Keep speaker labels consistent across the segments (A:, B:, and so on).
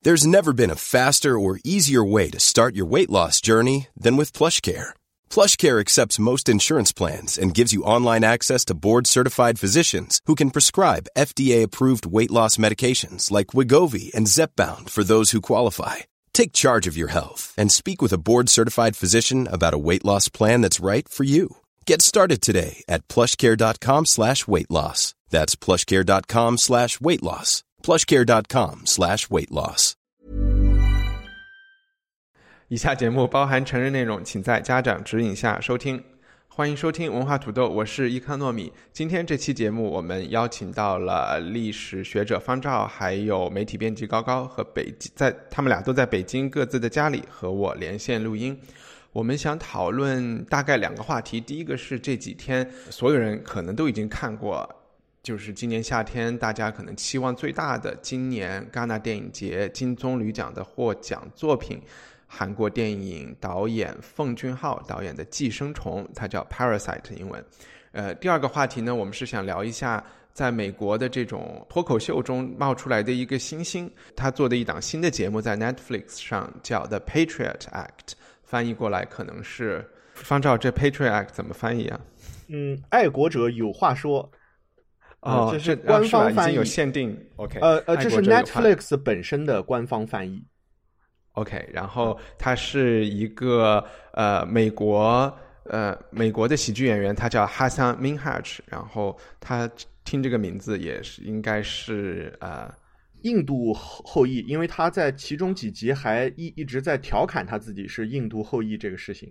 A: There's never been a faster or easier way to start your weight loss journey than with PlushCare. PlushCare accepts most insurance plans and gives you online access to board-certified physicians who can prescribe FDA-approved weight loss medications like Wegovy and Zepbound for those who qualify. Take charge of your health and speak with a board-certified physician about a weight loss plan that's right for you. Get started today at plushcare.com/weight loss. That's plushcare.com/weight loss. plushcare.com/weight loss.
B: 以下节目包含成人内容，请在家长指引下收听。欢迎收听文化土豆，我是伊康糯米。今天这期节目我们邀请到了历史学者方照，还有媒体编辑高高和他们俩都在北京各自的家里和我连线录音。我们想讨论大概2个话题，第一个是这几天所有人可能都已经看过，就是今年夏天大家可能期望最大的今年戛纳电影节金棕榈奖的获奖作品，韩国电影导演奉俊昊导演的《寄生虫》，它叫 Parasite 英文。第二个话题呢，我们是想聊一下在美国的这种脱口秀中冒出来的一个新星，他做的一档新的节目在 Netflix 上叫 The Patriot Act， 翻译过来可能是方照，这 Patriot Act 怎么翻译啊？
C: 爱国者有话说。这是
B: 官
C: 方翻译，
B: 已经有限定。OK，
C: 这是 Netflix 本身的官方翻译。
B: OK， 然后他是一个美国的喜剧演员，他叫 Hasan Minhaj， 然后他听这个名字也是应该是
C: 印度后裔，因为他在其中几集还一直在调侃他自己是印度后裔这个事情。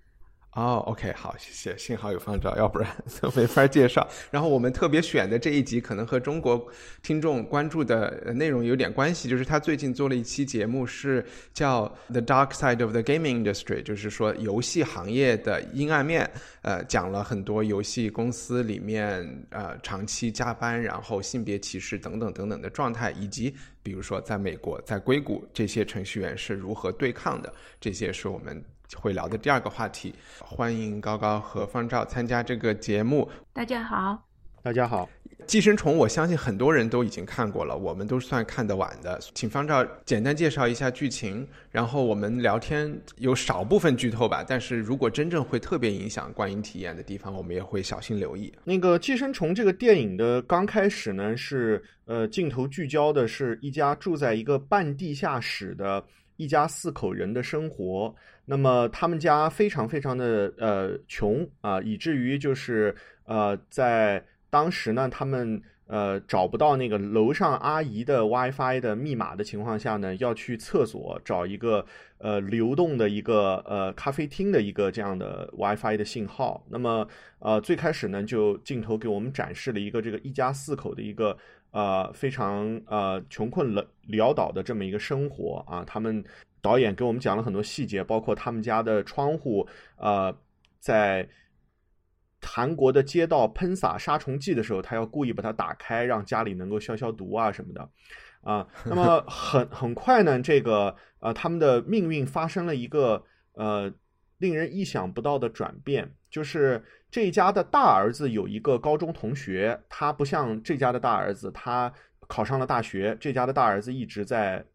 B: OK， 好，谢谢，幸好有方照，要不然都没法介绍。然后我们特别选的这一集可能和中国听众关注的内容有点关系，就是他最近做了一期节目是叫 The Dark Side of the Gaming Industry， 就是说游戏行业的阴暗面，讲了很多游戏公司里面长期加班，然后性别歧视等等等等的状态，以及比如说在美国在硅谷这些程序员是如何对抗的，这些是我们会聊的第2个话题。欢迎高高和方照参加这个节目。
D: 大家好。
C: 大家好。
B: 寄生虫我相信很多人都已经看过了，我们都算看得晚的。请方照简单介绍一下剧情，然后我们聊天有少部分剧透吧，但是如果真正会特别影响观影体验的地方，我们也会小心留意。
C: 那个寄生虫这个电影的刚开始呢，是镜头聚焦的是一家住在一个半地下室的一家4口人的生活。那么他们家非常非常的穷以至于就是在当时呢，他们找不到那个楼上阿姨的 WiFi 的密码的情况下呢，要去厕所找一个流动的一个咖啡厅的一个这样的 WiFi 的信号。那么最开始呢，就镜头给我们展示了一个这个一家4口的一个非常穷困潦倒的这么一个生活他们导演给我们讲了很多细节，包括他们家的窗户在韩国的街道喷洒杀虫剂的时候，他要故意把它打开，让家里能够消毒什么的那么很快呢，这个他们的命运发生了一个令人意想不到的转变，就是这家的大儿子有一个高中同学，他不像这家的大儿子，他考上了大学，这家的大儿子一直在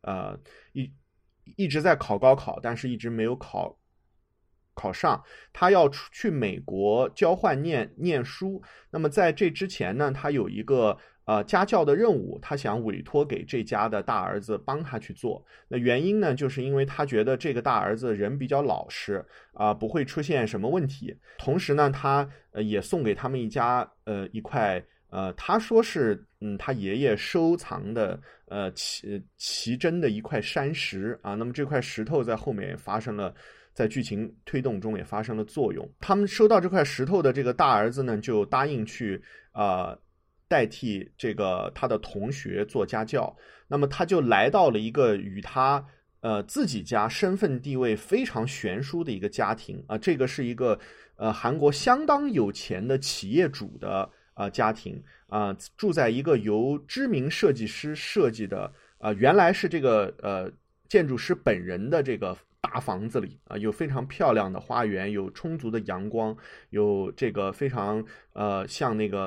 C: 考高考，但是一直没有考上，他要去美国交换念书。那么在这之前呢，他有一个家教的任务，他想委托给这家的大儿子帮他去做。那原因呢，就是因为他觉得这个大儿子人比较老实不会出现什么问题。同时呢，他也送给他们一家一块他说是他爷爷收藏的奇珍的一块山石那么这块石头在后面在剧情推动中也发生了作用。他们收到这块石头的这个大儿子呢，就答应去代替这个他的同学做家教。那么他就来到了一个与他自己家身份地位非常悬殊的一个家庭这个是一个韩国相当有钱的企业主的家庭住在一个由知名设计师设计的原来是这个建筑师本人的这个大房子里有非常漂亮的花园，有充足的阳光，有这个非常像那个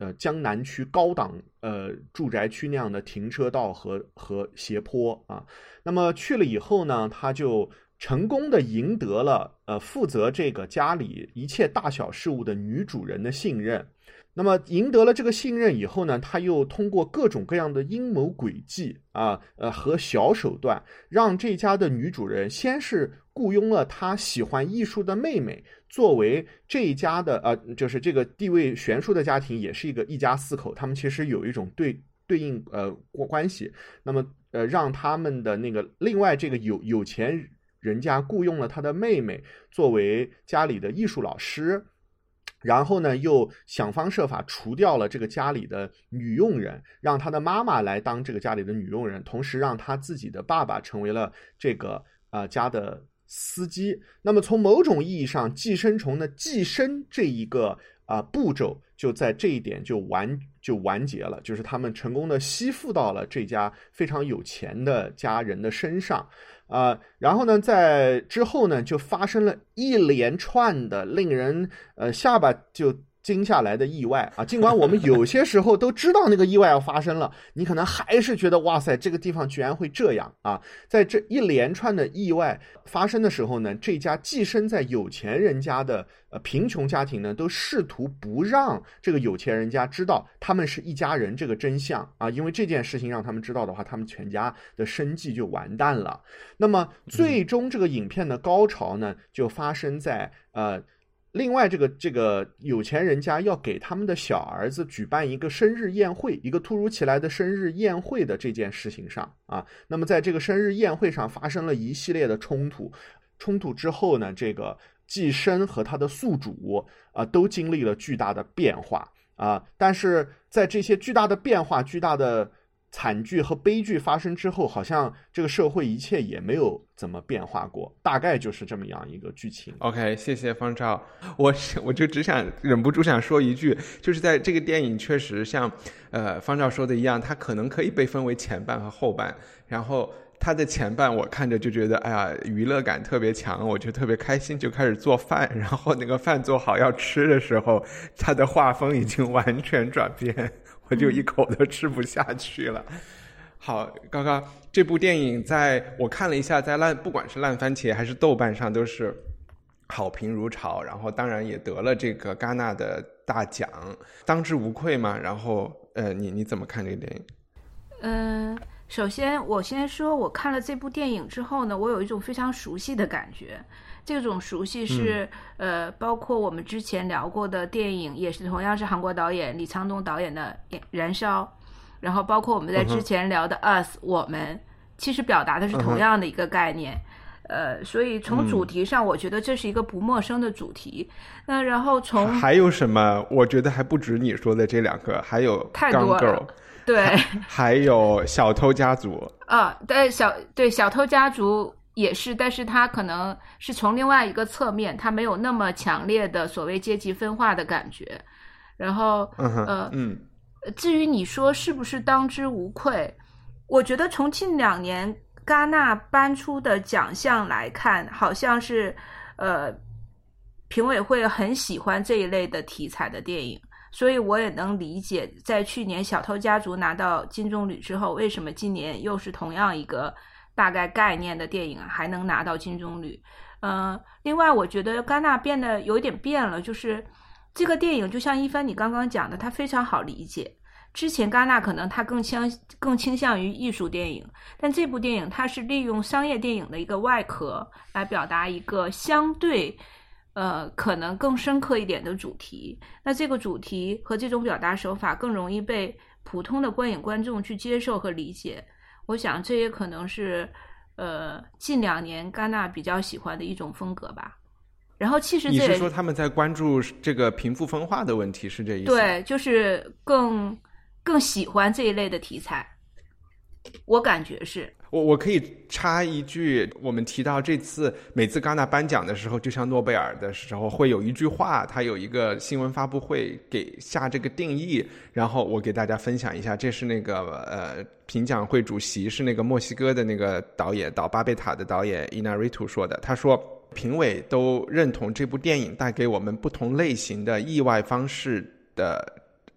C: 江南区高档住宅区那样的停车道和斜坡啊。那么去了以后呢，他就成功的赢得了负责这个家里一切大小事务的女主人的信任。那么赢得了这个信任以后呢，他又通过各种各样的阴谋诡计和小手段，让这家的女主人先是雇佣了他喜欢艺术的妹妹作为这一家的就是这个地位悬殊的家庭也是一家4口，他们其实有一种对应关系。那么让他们的那个另外这个有钱人家雇佣了他的妹妹作为家里的艺术老师，然后呢又想方设法除掉了这个家里的女佣人，让他的妈妈来当这个家里的女佣人，同时让他自己的爸爸成为了这个家的司机。那么从某种意义上，寄生虫的寄生这一个步骤就在这一点就完结了，就是他们成功的吸附到了这家非常有钱的家人的身上。然后呢，在之后呢，就发生了一连串的令人下巴就惊下来的意外啊！尽管我们有些时候都知道那个意外要发生了，你可能还是觉得哇塞，这个地方居然会这样啊！在这一连串的意外发生的时候呢，这家寄生在有钱人家的贫穷家庭呢，都试图不让这个有钱人家知道他们是一家人这个真相啊！因为这件事情让他们知道的话，他们全家的生计就完蛋了。那么最终这个影片的高潮呢，就发生在另外这个有钱人家要给他们的小儿子举办一个生日宴会，一个突如其来的生日宴会的这件事情上啊。那么在这个生日宴会上发生了一系列的冲突之后呢，这个寄生和他的宿主都经历了巨大的变化但是在这些巨大的变化、巨大的惨剧和悲剧发生之后，好像这个社会一切也没有怎么变化过，大概就是这么样一个剧情。
B: OK， 谢谢方照。我就只想忍不住想说一句，就是在这个电影确实像方照说的一样，它可能可以被分为前半和后半，然后它的前半我看着就觉得哎呀娱乐感特别强，我就特别开心，就开始做饭，然后那个饭做好要吃的时候，它的画风已经完全转变，我就一口都吃不下去了。好，刚刚这部电影我看了一下，在不管是烂番茄还是豆瓣上都是好评如潮，然后当然也得了这个戛纳的大奖，当之无愧嘛。然后你怎么看这个电影？
D: 首先我先说，我看了这部电影之后呢，我有一种非常熟悉的感觉。这种熟悉是包括我们之前聊过的电影，也是同样是韩国导演李沧东导演的《燃烧》，然后包括我们在之前聊的 Us 我们，其实表达的是同样的一个概念。所以从主题上我觉得这是一个不陌生的主题。那然后还
B: 有什么？我觉得还不止你说的这两个，还有
D: 太多了。对，
B: 还有小偷家族
D: 小偷家族也是，但是它可能是从另外一个侧面，它没有那么强烈的所谓阶级分化的感觉。然后至于你说是不是当之无愧，我觉得从近2年戛纳颁出的奖项来看，好像是评委会很喜欢这一类的题材的电影，所以我也能理解在去年小偷家族拿到金棕榈之后，为什么今年又是同样一个大概概念的电影还能拿到金棕榈。另外我觉得戛纳变得有点变了，就是这个电影就像一帆你刚刚讲的，它非常好理解。之前戛纳可能它更倾向于艺术电影，但这部电影它是利用商业电影的一个外壳来表达一个相对可能更深刻一点的主题。那这个主题和这种表达手法更容易被普通的观影观众去接受和理解。我想这也可能是近2年戛纳比较喜欢的一种风格吧。然后其实
B: 你是说他们在关注这个贫富分化的问题，是这意思？
D: 对，就是更喜欢这一类的题材，我感觉是。
B: 我可以插一句，我们提到这次每次戛纳颁奖的时候，就像诺贝尔的时候会有一句话，它有一个新闻发布会给下这个定义，然后我给大家分享一下，这是那个评奖会主席是那个墨西哥的那个导演导巴贝塔的导演伊纳瑞图说的。他说评委都认同这部电影带给我们不同类型的意外方式的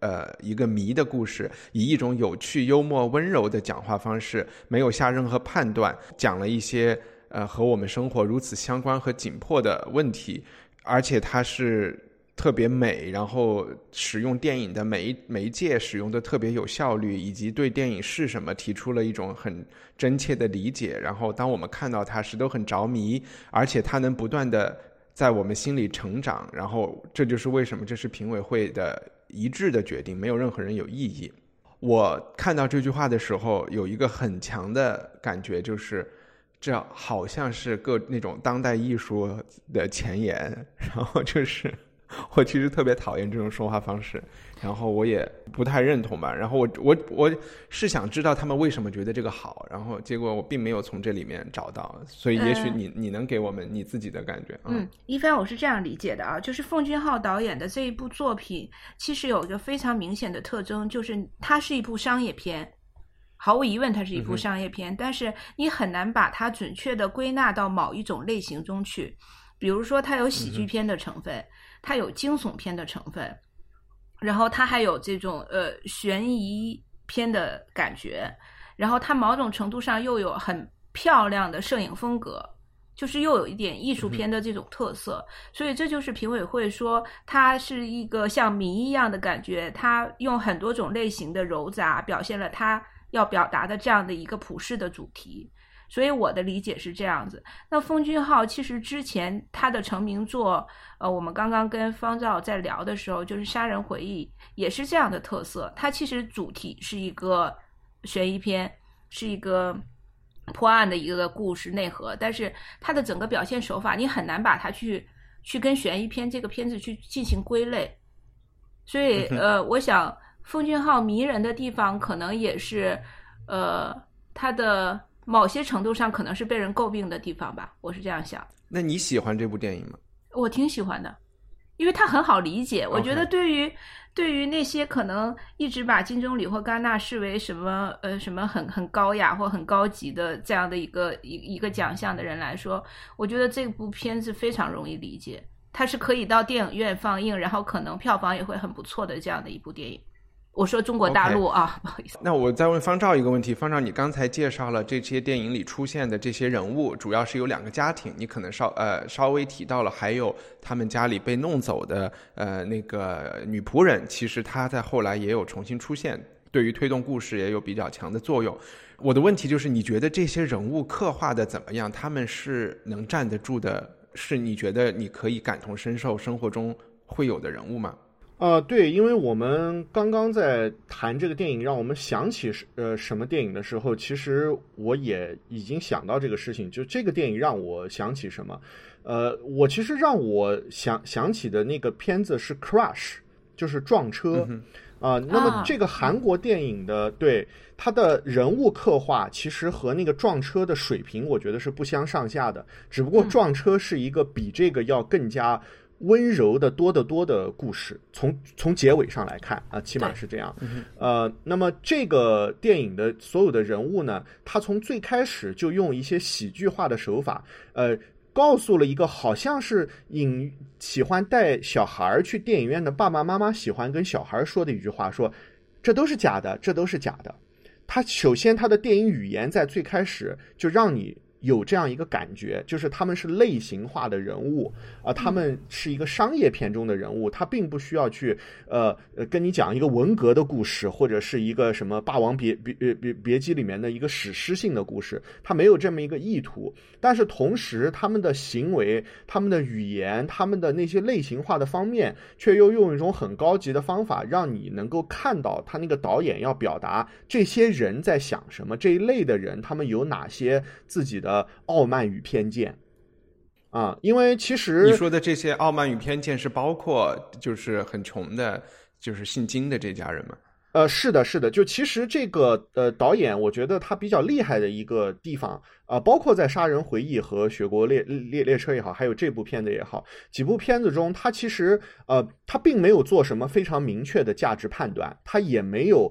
B: 一个谜的故事，以一种有趣、幽默、温柔的讲话方式，没有下任何判断，讲了一些和我们生活如此相关和紧迫的问题，而且它是特别美，然后使用电影的媒介使用的特别有效率，以及对电影是什么提出了一种很真切的理解，然后当我们看到它时都很着迷，而且它能不断的在我们心里成长，然后这就是为什么这是评委会的一致的决定，没有任何人有异议。我看到这句话的时候有一个很强的感觉，就是这好像是那种当代艺术的前沿，然后就是我其实特别讨厌这种说话方式，然后我也不太认同吧。然后我是想知道他们为什么觉得这个好，然后结果我并没有从这里面找到，所以也许你能给我们你自己的感觉。
D: 一帆，我是这样理解的啊，就是奉俊昊导演的这一部作品，其实有一个非常明显的特征，就是它是一部商业片。毫无疑问它是一部商业片，但是你很难把它准确的归纳到某一种类型中去。比如说它有喜剧片的成分，它有惊悚片的成分，然后它还有这种悬疑片的感觉，然后它某种程度上又有很漂亮的摄影风格，就是又有一点艺术片的这种特色，所以这就是评委会说它是一个像谜一样的感觉，它用很多种类型的糅杂表现了它要表达的这样的一个普世的主题。所以我的理解是这样子。那奉俊昊其实之前他的成名作我们刚刚跟方照在聊的时候，就是《杀人回忆》也是这样的特色，它其实主体是一个悬疑片，是一个破案的一个故事内核，但是它的整个表现手法你很难把它去跟悬疑片这个片子去进行归类。所以我想奉俊昊迷人的地方可能也是他的某些程度上可能是被人诟病的地方吧，我是这样想。
B: 那你喜欢这部电影吗？
D: 我挺喜欢的，因为它很好理解。我觉得对于那些可能一直把金棕榈或戛纳视为什么很高雅或很高级的这样的一个奖项的人来说，我觉得这部片子非常容易理解，它是可以到电影院放映，然后可能票房也会很不错的这样的一部电影。我说中国大陆啊，不好意思。
B: 那我再问方照一个问题，方照，你刚才介绍了这些电影里出现的这些人物，主要是有两个家庭，你可能稍微提到了，还有他们家里被弄走的那个女仆人，其实她在后来也有重新出现，对于推动故事也有比较强的作用。我的问题就是，你觉得这些人物刻画的怎么样？他们是能站得住的，是你觉得你可以感同身受生活中会有的人物吗？
C: 对，因为我们刚刚在谈这个电影让我们想起什么电影的时候，其实我也已经想到这个事情，就这个电影让我想起什么。我其实让我想起的那个片子是 Crash， 就是撞车。那么这个韩国电影的对它的人物刻画其实和那个撞车的水平我觉得是不相上下的，只不过撞车是一个比这个要更加温柔的多得多的故事，从结尾上来看起码是这样。那么这个电影的所有的人物呢，他从最开始就用一些喜剧化的手法，告诉了一个好像是喜欢带小孩去电影院的爸爸妈妈喜欢跟小孩说的一句话，说这都是假的，这都是假的。首先他的电影语言在最开始就让你有这样一个感觉，就是他们是类型化的人物他们是一个商业片中的人物，他并不需要去跟你讲一个文革的故事，或者是一个什么霸王别姬里面的一个史诗性的故事，他没有这么一个意图。但是同时他们的行为，他们的语言，他们的那些类型化的方面，却又用一种很高级的方法让你能够看到他那个导演要表达这些人在想什么，这一类的人他们有哪些自己的傲慢与偏见因为其实
B: 你说的这些傲慢与偏见是包括就是很穷的，就是姓金的这家人吗？
C: 是的，就其实这个导演，我觉得他比较厉害的一个地方包括在《杀人回忆》和《雪国列车》也好，还有这部片子也好，几部片子中，他其实他并没有做什么非常明确的价值判断，他也没有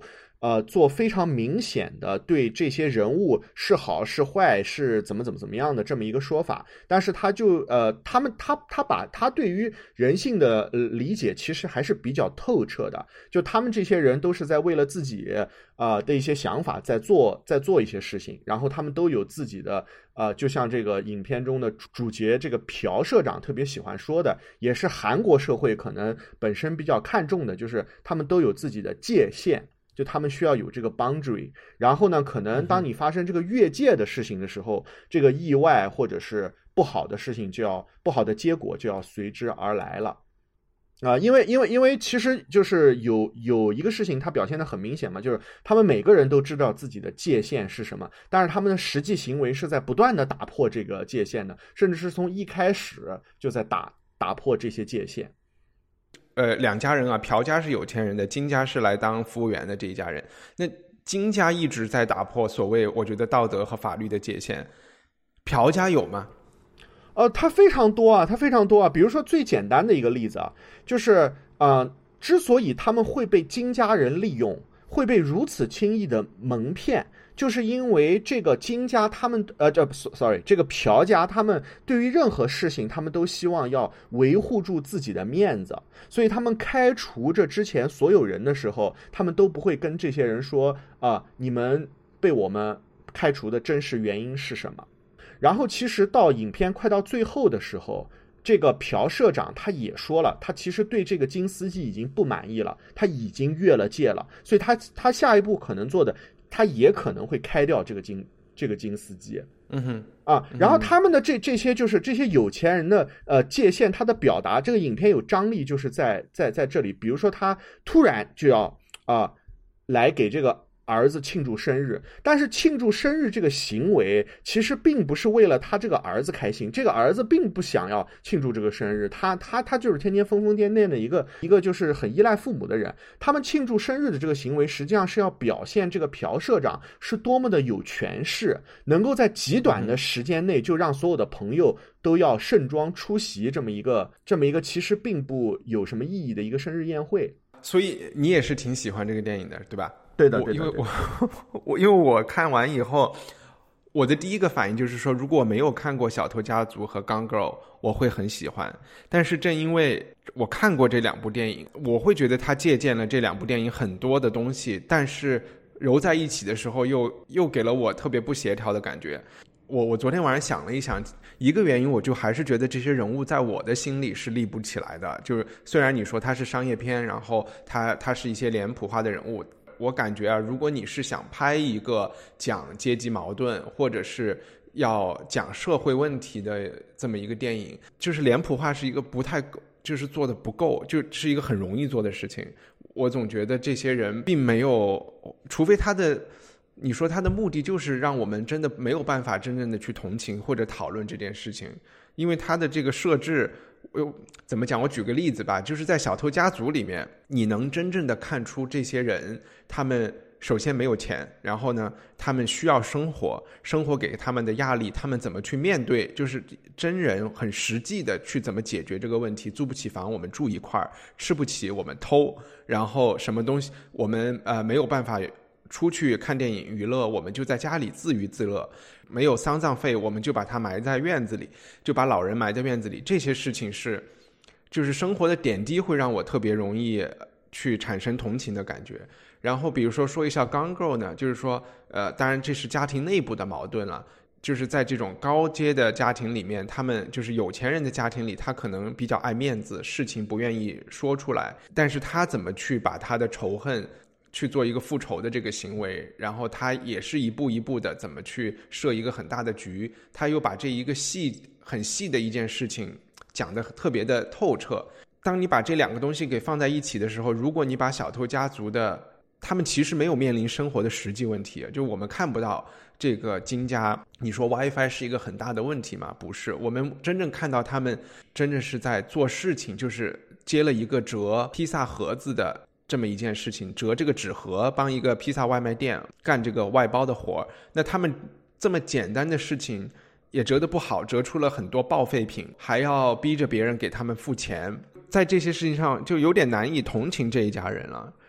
C: 做非常明显的对这些人物是好是坏是怎么样的这么一个说法，但是他就他对于人性的理解其实还是比较透彻的，就他们这些人都是在为了自己的一些想法在做一些事情，然后他们都有自己的就像这个影片中的主角这个朴社长特别喜欢说的，也是韩国社会可能本身比较看重的，就是他们都有自己的界限，就他们需要有这个 boundary， 然后呢可能当你发生这个越界的事情的时候，这个意外或者是不好的事情不好的结果就要随之而来了。因为其实就是有一个事情它表现得很明显嘛，就是他们每个人都知道自己的界限是什么，但是他们的实际行为是在不断的打破这个界限的，甚至是从一开始就在打破这些界限。
B: 两家人啊，朴家是有钱人的，金家是来当服务员的这一家人。那金家一直在打破所谓我觉得道德和法律的界限，朴家有吗？
C: 它非常多啊，比如说最简单的一个例子啊，就是之所以他们会被金家人利用，会被如此轻易的蒙骗，就是因为这个金家他们这个朴家他们对于任何事情他们都希望要维护住自己的面子，所以他们开除这之前所有人的时候，他们都不会跟这些人说你们被我们开除的真实原因是什么。然后其实到影片快到最后的时候，这个朴社长他也说了，他其实对这个金司机已经不满意了，他已经越了界了，所以他下一步可能做的，他也可能会开掉这个金司机。然后他们的这些就是这些有钱人的界限，他的表达，这个影片有张力就是在这里，比如说他突然就要来给这个儿子庆祝生日，但是庆祝生日这个行为其实并不是为了他这个儿子开心，这个儿子并不想要庆祝这个生日，他就是天天疯疯癫癫的一个就是很依赖父母的人。他们庆祝生日的这个行为实际上是要表现这个朴社长是多么的有权势，能够在极短的时间内就让所有的朋友都要盛装出席这么一个其实并不有什么意义的一个生日宴会。
B: 所以你也是挺喜欢这个电影的，对吧？
C: 对的，
B: 因为我看完以后，我的第一个反应就是说，如果我没有看过《小偷家族》和《Gone Girl》，我会很喜欢。但是正因为我看过这两部电影，我会觉得它借鉴了这两部电影很多的东西，但是揉在一起的时候又给了我特别不协调的感觉。我昨天晚上想了一想，一个原因我就还是觉得这些人物在我的心里是立不起来的。就是虽然你说它是商业片，然后它是一些脸谱化的人物，我感觉如果你是想拍一个讲阶级矛盾或者是要讲社会问题的这么一个电影，就是脸谱化是一个不太就是做的不够，就是一个很容易做的事情。我总觉得这些人并没有，除非你说他的目的就是让我们真的没有办法真正的去同情或者讨论这件事情，因为他的这个设置怎么讲，我举个例子吧，就是在小偷家族里面，你能真正的看出这些人他们首先没有钱，然后呢他们需要生活给他们的压力，他们怎么去面对，就是真人很实际的去怎么解决这个问题。租不起房我们住一块儿，吃不起我们偷，然后什么东西我们没有办法出去看电影娱乐，我们就在家里自娱自乐，没有丧葬费我们就把它埋在院子里，就把老人埋在院子里。这些事情就是生活的点滴，会让我特别容易去产生同情的感觉。然后比如说一下 Gone Girl 呢，就是说当然这是家庭内部的矛盾了，就是在这种高阶的家庭里面，他们就是有钱人的家庭里，他可能比较爱面子，事情不愿意说出来，但是他怎么去把他的仇恨去做一个复仇的这个行为，然后他也是一步一步的怎么去设一个很大的局，他又把这一个很细的一件事情讲得特别的透彻。当你把这两个东西给放在一起的时候，如果你把小偷家族的他们其实没有面临生活的实际问题，就我们看不到这个金家，你说 WiFi 是一个很大的问题吗？不是，我们真正看到他们真正是在做事情，就是接了一个折披萨盒子的这么一件事情，折这个纸盒，帮一个披萨外卖店干这个外包的活。那他们这么简单的事情也折得不好，折出了很多报废品，还要逼着别人给他们付钱，在这些事情上就有点难以同情这一家人了。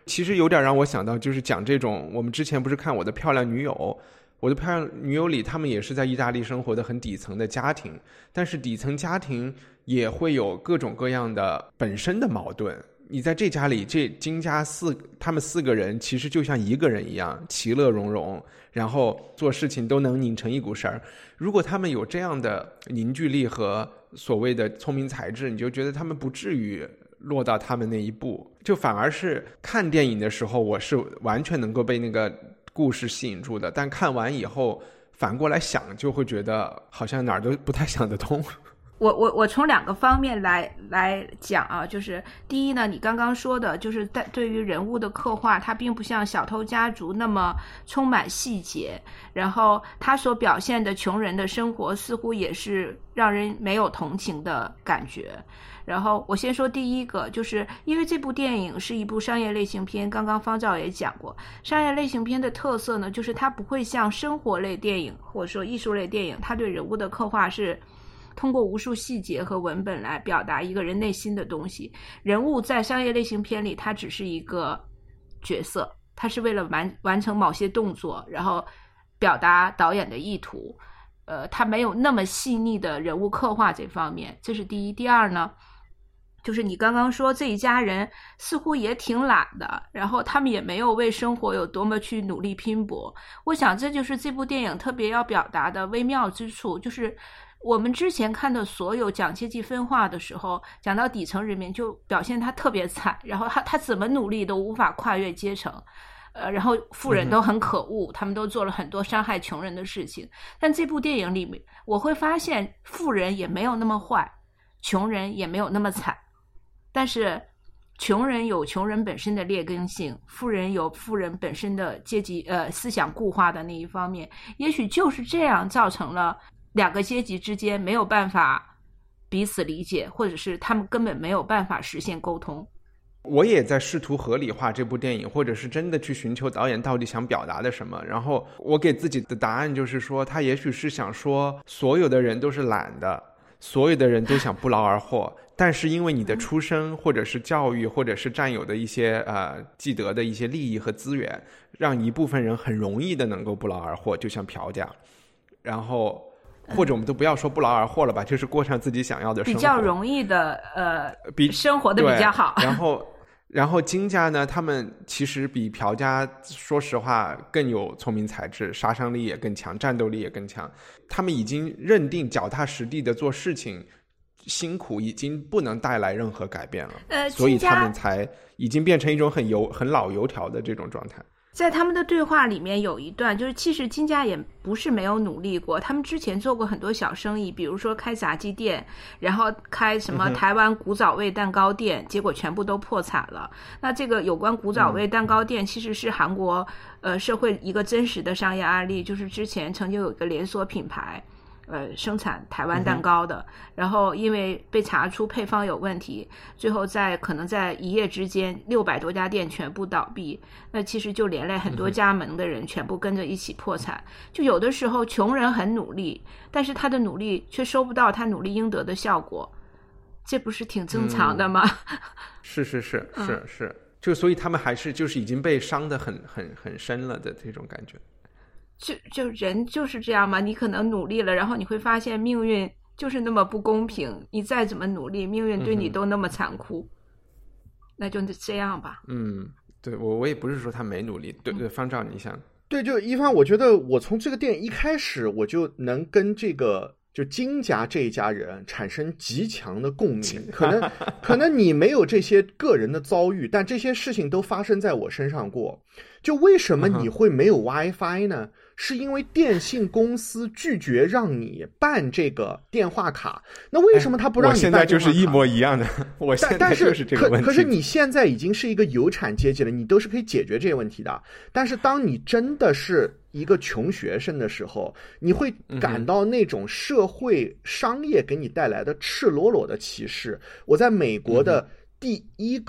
B: 其实有点让我想到，就是讲这种，我们之前不是看《我的漂亮女友》，我的漂亮女友里，他们也是在意大利生活的很底层的家庭，但是底层家庭也会有各种各样的本身的矛盾。你在这家里，这金家他们4个人其实就像一个人一样，其乐融融，然后做事情都能拧成一股绳儿。如果他们有这样的凝聚力和所谓的聪明才智，你就觉得他们不至于落到他们那一步。就反而是看电影的时候，我是完全能够被那个故事吸引住的，但看完以后反过来想，就会觉得好像哪儿都不太想得通。
D: 我从2个方面来讲啊，就是第一呢，你刚刚说的，就是对于人物的刻画，它并不像小偷家族那么充满细节，然后它所表现的穷人的生活似乎也是让人没有同情的感觉。然后我先说第一个，就是因为这部电影是一部商业类型片，刚刚方照也讲过，商业类型片的特色呢，就是它不会像生活类电影或者说艺术类电影，它对人物的刻画是通过无数细节和文本来表达一个人内心的东西。人物在商业类型片里，它只是一个角色，它是为了完成某些动作，然后表达导演的意图。它没有那么细腻的人物刻画这方面，这是第一。第二呢，就是你刚刚说这一家人似乎也挺懒的，然后他们也没有为生活有多么去努力拼搏。我想这就是这部电影特别要表达的微妙之处，就是我们之前看的所有讲阶级分化的时候，讲到底层人民就表现他特别惨，然后他怎么努力都无法跨越阶层，然后富人都很可恶，他们都做了很多伤害穷人的事情。但这部电影里面我会发现富人也没有那么坏，穷人也没有那么惨，但是穷人有穷人本身的劣根性，富人有富人本身的阶级思想固化的那一方面，也许就是这样造成了2个阶级之间没有办法彼此理解，或者是他们根本没有办法实现沟通。
B: 我也在试图合理化这部电影，或者是真的去寻求导演到底想表达的什么。然后我给自己的答案就是说，他也许是想说所有的人都是懒的，所有的人都想不劳而获，但是因为你的出身或者是教育或者是占有的一些既得的一些利益和资源，让一部分人很容易的能够不劳而获，就像嫖价。然后或者我们都不要说不劳而获了吧，就是过上自己想要的生活，
D: 比较容易的生活的比较好。
B: 然后金家呢，他们其实比朴家说实话更有聪明才智，杀伤力也更强，战斗力也更强。他们已经认定脚踏实地的做事情辛苦已经不能带来任何改变了，所以他们才已经变成一种很老油条的这种状态。
D: 在他们的对话里面有一段，就是其实金家也不是没有努力过，他们之前做过很多小生意，比如说开炸鸡店，然后开什么台湾古早味蛋糕店，结果全部都破产了。那这个有关古早味蛋糕店其实是韩国社会一个真实的商业案例，就是之前曾经有一个连锁品牌生产台湾蛋糕的，然后因为被查出配方有问题，最后可能在一夜之间600多家店全部倒闭，那其实就连累很多加盟的人全部跟着一起破产。就有的时候穷人很努力，但是他的努力却收不到他努力应得的效果，这不是挺正常的吗？
B: 是，就所以他们还是就是已经被伤得很深了的这种感觉。
D: 就人就是这样嘛，你可能努力了，然后你会发现命运就是那么不公平，你再怎么努力，命运对你都那么残酷，那就这样吧。
B: 对，我也不是说他没努力，对，方照你想。
C: 对，就一帆，我觉得我从这个电影一开始我就能跟这个就金家这一家人产生极强的共鸣。可能你没有这些个人的遭遇，但这些事情都发生在我身上过。就为什么你会没有 WiFi 呢？是因为电信公司拒绝让你办这个电话卡。那为什么他不让你办电话卡？
B: 我现在就是一模一样的，我现在就是这个问题。
C: 可是你现在已经是一个有产阶级了，你都是可以解决这些问题的。但是当你真的是一个穷学生的时候，你会感到那种社会商业给你带来的赤裸裸的歧视。我在美国的第一个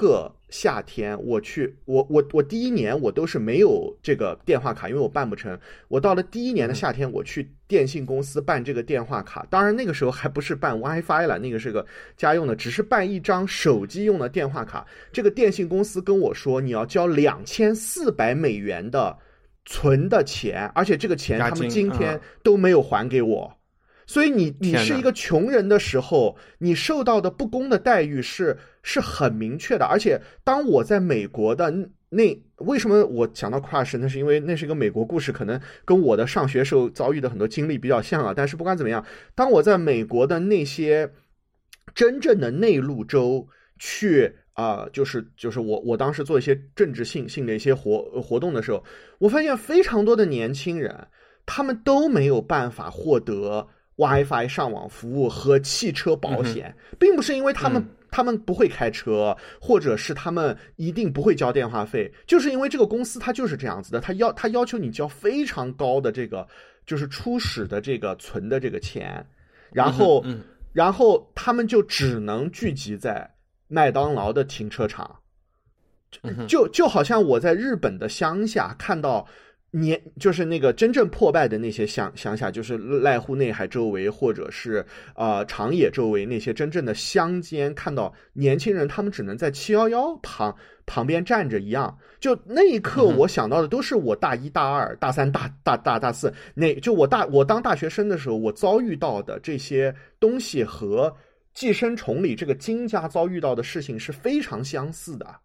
C: 夏天我第一年我都是没有这个电话卡，因为我办不成。我到了第一年的夏天，我去电信公司办这个电话卡，当然那个时候还不是办 WiFi 了，那个是个家用的，只是办一张手机用的电话卡。这个电信公司跟我说你要交$2400的存的钱，而且这个钱他们今天都没有还给我。所以你是一个穷人的时候，你受到的不公的待遇是很明确的。而且当我在美国的为什么我讲到 Crush， 那是因为那是一个美国故事，可能跟我的上学时候遭遇的很多经历比较像啊。但是不管怎么样，当我在美国的那些真正的内陆州去就是我当时做一些政治性的一些活动的时候，我发现非常多的年轻人他们都没有办法获得WiFi 上网服务和汽车保险，并不是因为他们不会开车，或者是他们一定不会交电话费，就是因为这个公司它就是这样子的，它要求你交非常高的这个就是初始的这个存的这个钱，然后他们就只能聚集在麦当劳的停车场，就好像我在日本的乡下看到就是那个真正破败的那些乡下，就是濑户内海周围，或者是长野周围那些真正的乡间，看到年轻人他们只能在711旁边站着一样。就那一刻我想到的都是我大一大二大三大四就我当大学生的时候，我遭遇到的这些东西和寄生虫里这个金家遭遇到的事情是非常相似的。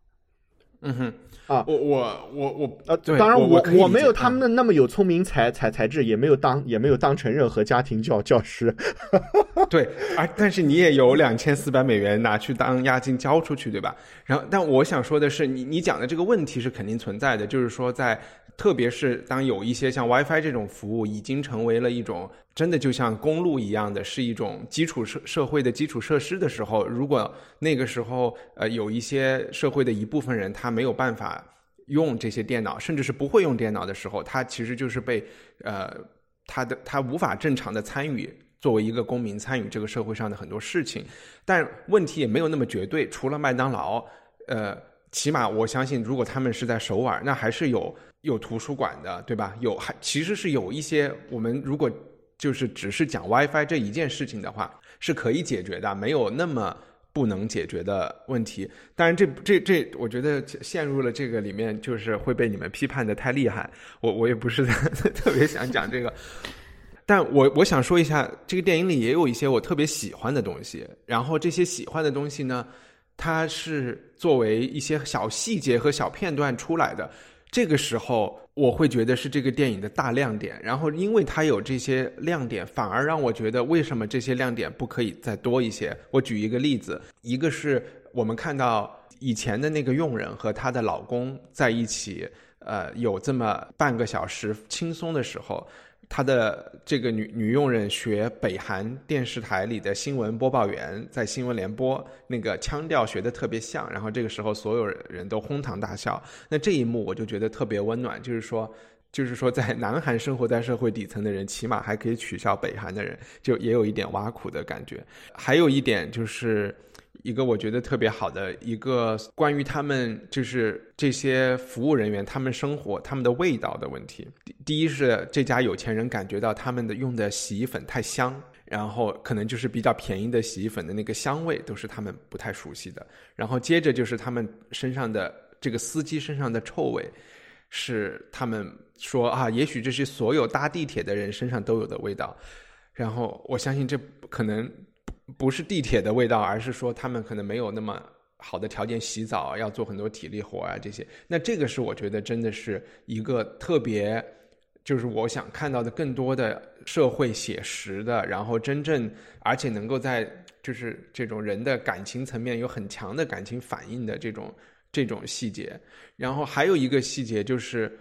C: 当然我没有他们的那么有聪明才智，也没有当成任何家庭教师。
B: 对，但是你也有$2400拿去当押金交出去，对吧？然后，但我想说的是，你讲的这个问题是肯定存在的，就是说特别是当有一些像 WiFi 这种服务已经成为了一种真的就像公路一样的，是一种社会的基础设施的时候，如果那个时候有一些社会的一部分人他没有办法用这些电脑，甚至是不会用电脑的时候，他其实就是被他无法正常的参与，作为一个公民参与这个社会上的很多事情。但问题也没有那么绝对，除了麦当劳起码我相信如果他们是在首尔，那还是有图书馆的，对吧？其实是有一些，我们如果就是只是讲 WiFi 这一件事情的话是可以解决的，没有那么不能解决的问题。当然这我觉得陷入了这个里面就是会被你们批判的太厉害，我也不是特别想讲这个。但我想说一下，这个电影里也有一些我特别喜欢的东西，然后这些喜欢的东西呢，它是作为一些小细节和小片段出来的，这个时候我会觉得是这个电影的大亮点。然后因为它有这些亮点，反而让我觉得为什么这些亮点不可以再多一些。我举一个例子，一个是我们看到以前的那个佣人和她的老公在一起有这么半个小时轻松的时候，她的这个女佣人学北韩电视台里的新闻播报员在新闻联播那个腔调学得特别像，然后这个时候所有人都哄堂大笑。那这一幕我就觉得特别温暖，就是说在南韩生活在社会底层的人起码还可以取笑北韩的人，就也有一点挖苦的感觉。还有一点就是一个我觉得特别好的一个关于他们就是这些服务人员他们生活他们的味道的问题。第一是这家有钱人感觉到他们的用的洗衣粉太香，然后可能就是比较便宜的洗衣粉的那个香味都是他们不太熟悉的。然后接着就是他们身上的这个司机身上的臭味，是他们说也许这是所有搭地铁的人身上都有的味道。然后我相信这可能不是地铁的味道，而是说他们可能没有那么好的条件洗澡，要做很多体力活这些。那这个是我觉得真的是一个特别，就是我想看到的更多的社会写实的，然后真正而且能够在就是这种人的感情层面有很强的感情反应的这种细节。然后还有一个细节就是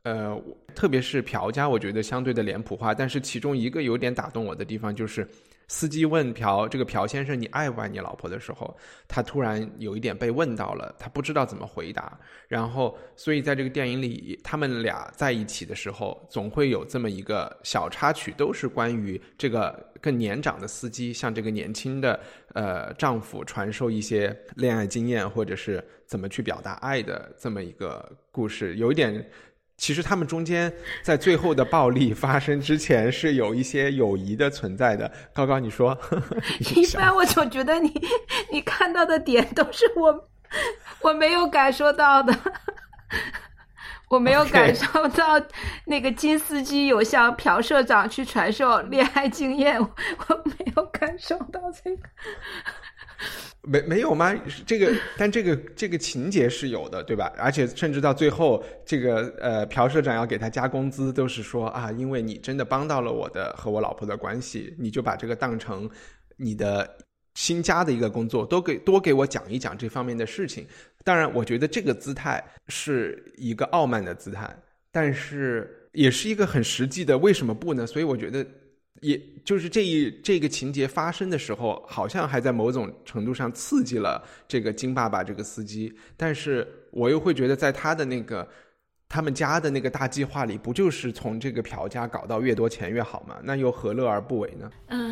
B: 特别是朴家我觉得相对的脸谱化，但是其中一个有点打动我的地方就是司机问这个朴先生你爱不爱你老婆的时候，他突然有一点被问到了，他不知道怎么回答，然后所以在这个电影里他们俩在一起的时候总会有这么一个小插曲，都是关于这个更年长的司机向这个年轻的丈夫传授一些恋爱经验或者是怎么去表达爱的这么一个故事。有一点其实他们中间在最后的暴力发生之前是有一些友谊的存在的。高高你说
D: 一般我总觉得你看到的点都是我没有感受到的我没有感受到那个金司机有向朴社长去传授恋爱经验，我没有感受到这个
B: 没有吗？但这个情节是有的，对吧？而且甚至到最后，这个朴社长要给他加工资，都是说啊，因为你真的帮到了我的和我老婆的关系，你就把这个当成你的新加的一个工作，多给我讲一讲这方面的事情。当然，我觉得这个姿态是一个傲慢的姿态，但是也是一个很实际的。为什么不呢？所以我觉得。也就是这个情节发生的时候，好像还在某种程度上刺激了这个金爸爸这个司机，但是我又会觉得在他们家的那个大计划里，不就是从这个朴家搞到越多钱越好吗？那又何乐而不为呢？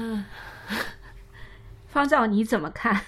D: 方丈你怎么看？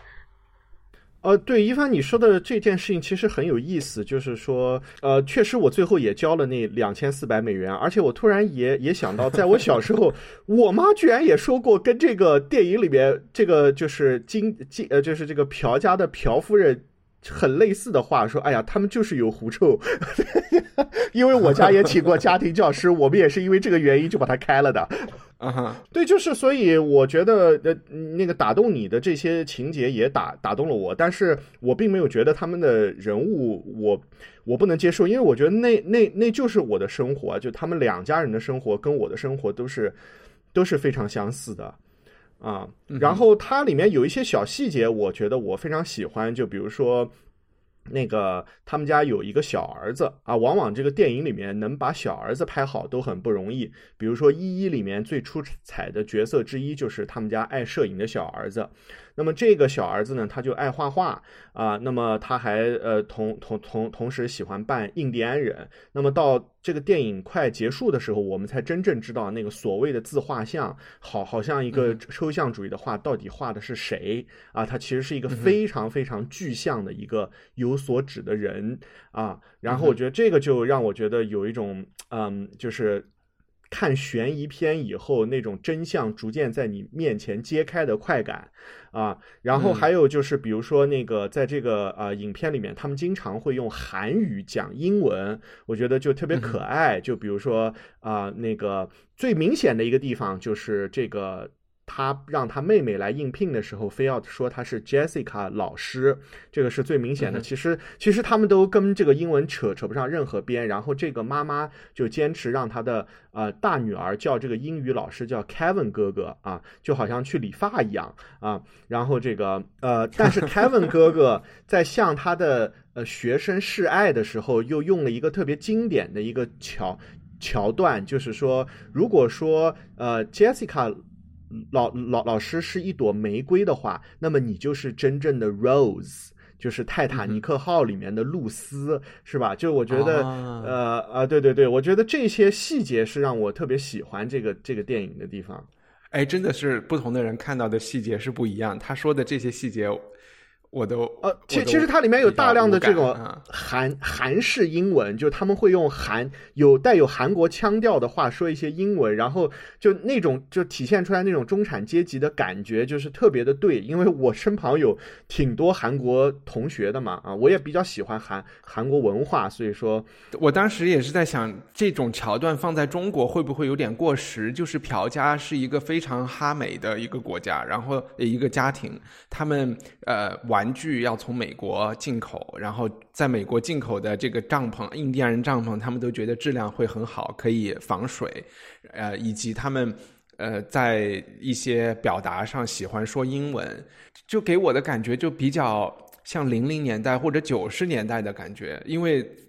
C: 对，一帆你说的这件事情其实很有意思，就是说，确实我最后也交了那$2400，而且我突然也想到，在我小时候，我妈居然也说过跟这个电影里面这个就是就是这个朴家的朴夫人很类似的话，说，哎呀，他们就是有狐臭，因为我家也请过家庭教师，我们也是因为这个原因就把它开了的。对，就是所以我觉得那个打动你的这些情节也打动了我，但是我并没有觉得他们的人物我不能接受，因为我觉得那就是我的生活，就他们两家人的生活跟我的生活都是非常相似的啊。然后它里面有一些小细节，我觉得我非常喜欢，就比如说。那个他们家有一个小儿子啊，往往这个电影里面能把小儿子拍好都很不容易。比如说《一一》里面最出彩的角色之一就是他们家爱摄影的小儿子。那么这个小儿子呢，他就爱画画啊，那么他还同时喜欢扮印第安人。那么到这个电影快结束的时候，我们才真正知道那个所谓的自画像，好像一个抽象主义的画，到底画的是谁啊？他其实是一个非常非常具象的一个有所指的人啊。然后我觉得这个就让我觉得有一种就是看悬疑片以后那种真相逐渐在你面前揭开的快感啊。然后还有就是比如说那个在这个影片里面他们经常会用韩语讲英文，我觉得就特别可爱。就比如说那个最明显的一个地方就是这个他让他妹妹来应聘的时候，非要说他是 Jessica 老师，这个是最明显的。其实他们都跟这个英文扯不上任何边，然后这个妈妈就坚持让她的大女儿叫这个英语老师叫 Kevin 哥哥啊，就好像去理发一样啊。然后这个但是 Kevin 哥哥在向他的学生示爱的时候，又用了一个特别经典的一个桥段，就是说，如果说Jessica老师是一朵玫瑰的话，那么你就是真正的 Rose， 就是泰坦尼克号里面的露丝，是吧？就我觉得对，我觉得这些细节是让我特别喜欢这个电影的地方。
B: 哎，真的是不同的人看到的细节是不一样。他说的这些细节我都
C: 其实它里面有大量的这种韩式英文，就他们会用带有韩国腔调的话说一些英文，然后就那种就体现出来那种中产阶级的感觉，就是特别的对。因为我身旁有挺多韩国同学的嘛，我也比较喜欢韩国文化，所以说
B: 我当时也是在想，这种桥段放在中国会不会有点过时？就是朴家是一个非常哈美的一个国家，然后一个家庭，他们玩具要从美国进口，然后在美国进口的这个帐篷，印第安人帐篷，他们都觉得质量会很好，可以防水，以及他们在一些表达上喜欢说英文，就给我的感觉就比较像00年代或者90年代的感觉。因为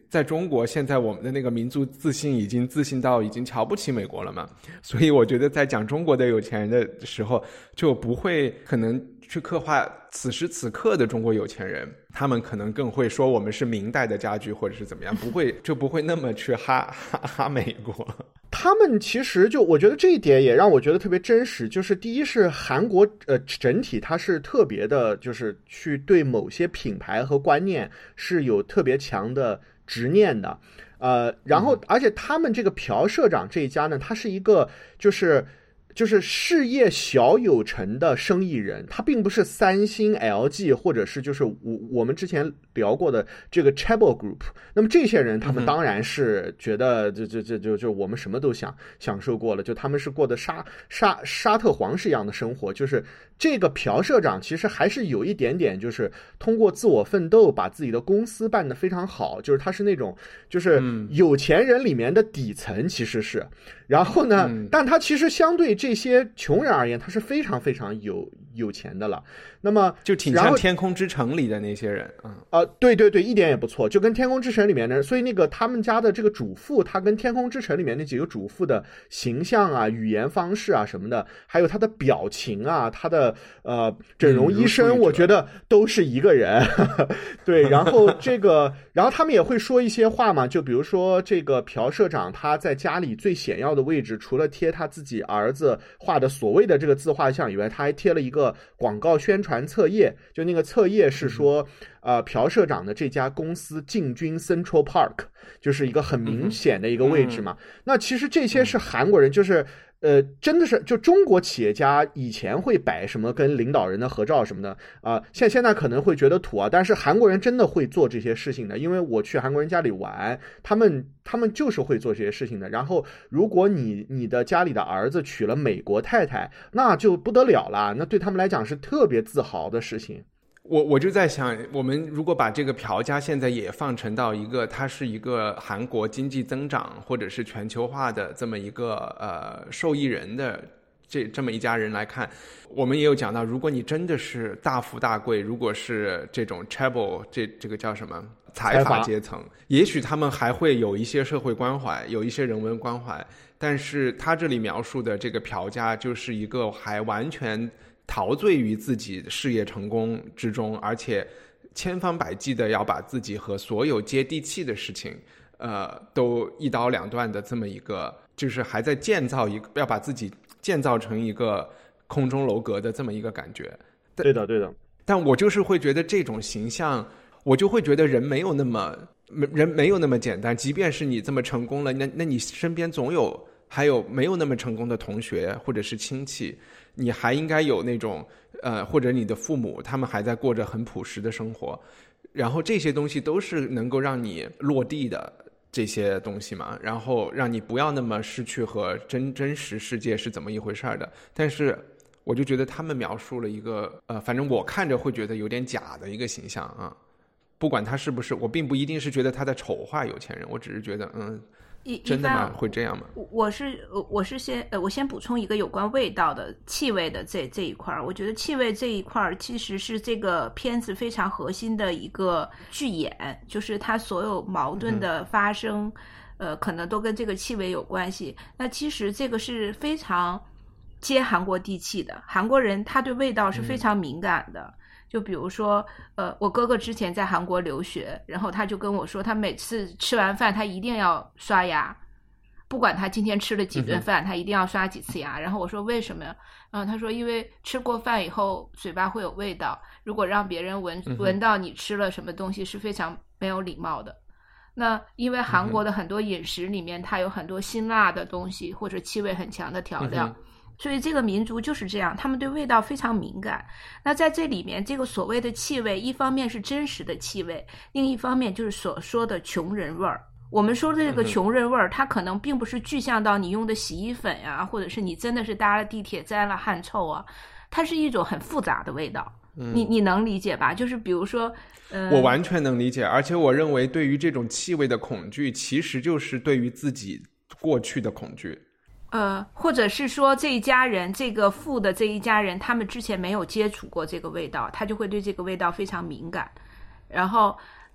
B: 在中国现在我们的那个民族自信已经自信到已经瞧不起美国了嘛，所以我觉得在讲中国的有钱人的时候，就不会可能去刻画此时此刻的中国有钱人，他们可能更会说我们是明代的家具或者是怎么样，不会那么去哈美国。
C: 他们其实就我觉得这一点也让我觉得特别真实，就是第一是韩国整体它是特别的，就是去对某些品牌和观念是有特别强的执念的，然后而且他们这个朴社长这一家呢，他是一个就是事业小有成的生意人，他并不是三星 LG 或者是就是我们之前聊过的这个 Chaebol Group。那么这些人他们当然是觉得就我们什么都享受过了，就他们是过的沙特皇室一样的生活。就是这个朴社长其实还是有一点点就是通过自我奋斗把自己的公司办得非常好，就是他是那种就是有钱人里面的底层其实是，然后呢但他其实相对这些穷人而言他是非常非常有钱的了。那么
B: 就挺像天空之城里的那些人
C: 对对对，一点也不错，就跟天空之城里面的，所以那个他们家的这个主妇，他跟天空之城里面那几个主妇的形象啊、语言方式啊什么的，还有他的表情啊，他的整容医生，我觉得都是一个人。对，然后然后他们也会说一些话嘛，就比如说这个朴社长他在家里最显要的位置，除了贴他自己儿子画的所谓的这个自画像以外，他还贴了一个广告宣传册页，就那个册页是说朴社长的这家公司进军 Central Park， 就是一个很明显的一个位置嘛。那其实这些是韩国人，就是真的是就中国企业家以前会摆什么跟领导人的合照什么的现在可能会觉得土啊，但是韩国人真的会做这些事情的，因为我去韩国人家里玩，他们就是会做这些事情的。然后如果你的家里的儿子娶了美国太太，那就不得了了，那对他们来讲是特别自豪的事情。
B: 我就在想，我们如果把这个朴家现在也放成到它是一个韩国经济增长或者是全球化的这么一个受益人的这么一家人来看，我们也有讲到，如果你真的是大富大贵，如果是这种 Chaebol 这个叫什么财阀阶层，也许他们还会有一些社会关怀，有一些人文关怀，但是他这里描述的这个朴家就是一个还完全陶醉于自己事业成功之中，而且千方百计的要把自己和所有接地气的事情都一刀两断的这么一个，就是还在要把自己建造成一个空中楼阁的这么一个感觉。
C: 对的对的，
B: 但我就是会觉得这种形象，我就会觉得人没有那么简单，即便是你这么成功了，那你身边还有没有那么成功的同学或者是亲戚，你还应该有那种或者你的父母他们还在过着很朴实的生活，然后这些东西都是能够让你落地的这些东西嘛，然后让你不要那么失去和真实世界是怎么一回事的。但是我就觉得他们描述了一个反正我看着会觉得有点假的一个形象啊，不管他是不是，我并不一定是觉得他在丑化有钱人，我只是觉得真的吗？会这样吗？
D: 我先补充一个有关味道的气味的这一块。我觉得气味这一块其实是这个片子非常核心的一个剧演，就是它所有矛盾的发生可能都跟这个气味有关系。那其实这个是非常接韩国地气的，韩国人他对味道是非常敏感的。就比如说我哥哥之前在韩国留学，然后他就跟我说，他每次吃完饭他一定要刷牙，不管他今天吃了几顿饭，他一定要刷几次牙。然后我说为什么呀？他说因为吃过饭以后嘴巴会有味道，如果让别人闻到你吃了什么东西是非常没有礼貌的。那因为韩国的很多饮食里面它有很多辛辣的东西或者气味很强的调料，所以这个民族就是这样，他们对味道非常敏感。那在这里面这个所谓的气味，一方面是真实的气味，另一方面就是所说的穷人味儿。我们说的这个穷人味儿，它可能并不是具象到你用的洗衣粉呀，或者是你真的是搭了地铁沾了汗臭啊，它是一种很复杂的味道。你能理解吧？就是比如说
B: 我完全能理解，而且我认为对于这种气味的恐惧其实就是对于自己过去的恐惧。
D: 或者是说这一家人，这个富的这一家人，他们之前没有接触过这个味道，他就会对这个味道非常敏感。然后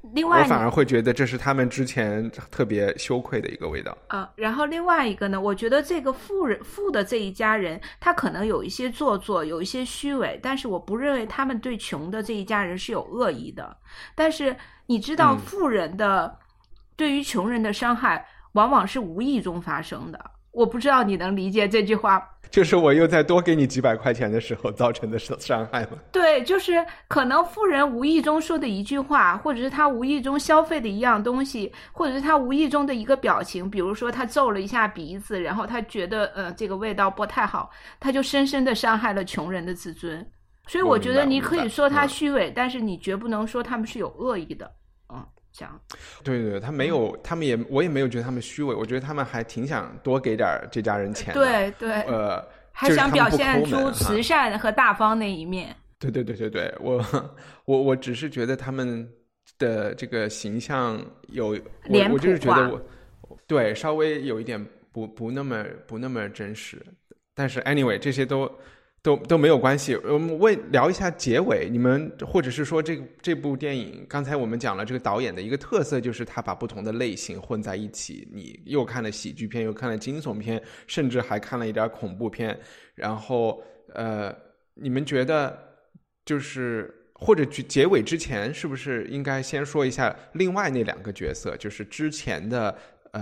D: 另外
B: 我反而会觉得这是他们之前特别羞愧的一个味道。
D: 然后另外一个呢，我觉得这个富的这一家人，他可能有一些做作，有一些虚伪，但是我不认为他们对穷的这一家人是有恶意的。但是你知道，富人的对于穷人的伤害往往是无意中发生的。我不知道你能理解这句话，
B: 就是我又再多给你几百块钱的时候造成的伤害吗？
D: 对，就是可能富人无意中说的一句话，或者是他无意中消费的一样东西，或者是他无意中的一个表情，比如说他皱了一下鼻子，然后他觉得这个味道不太好，他就深深的伤害了穷人的自尊。所以我觉得你可以说他虚伪，但是你绝不能说他们是有恶意的。
B: 对，我也没有觉得他们虚伪，我觉得他们还挺想多给点这家人钱的。
D: 对，还想表现出慈善和大方那一面。
B: 对，我只是觉得他们的这个形象我就是觉得对稍微有一点不那么真实。但是 anyway 这些都没有关系。我们聊一下结尾，你们或者是说这部电影，刚才我们讲了这个导演的一个特色，就是他把不同的类型混在一起，你又看了喜剧片，又看了惊悚片，甚至还看了一点恐怖片。然后你们觉得就是或者结尾之前是不是应该先说一下另外那两个角色，就是之前的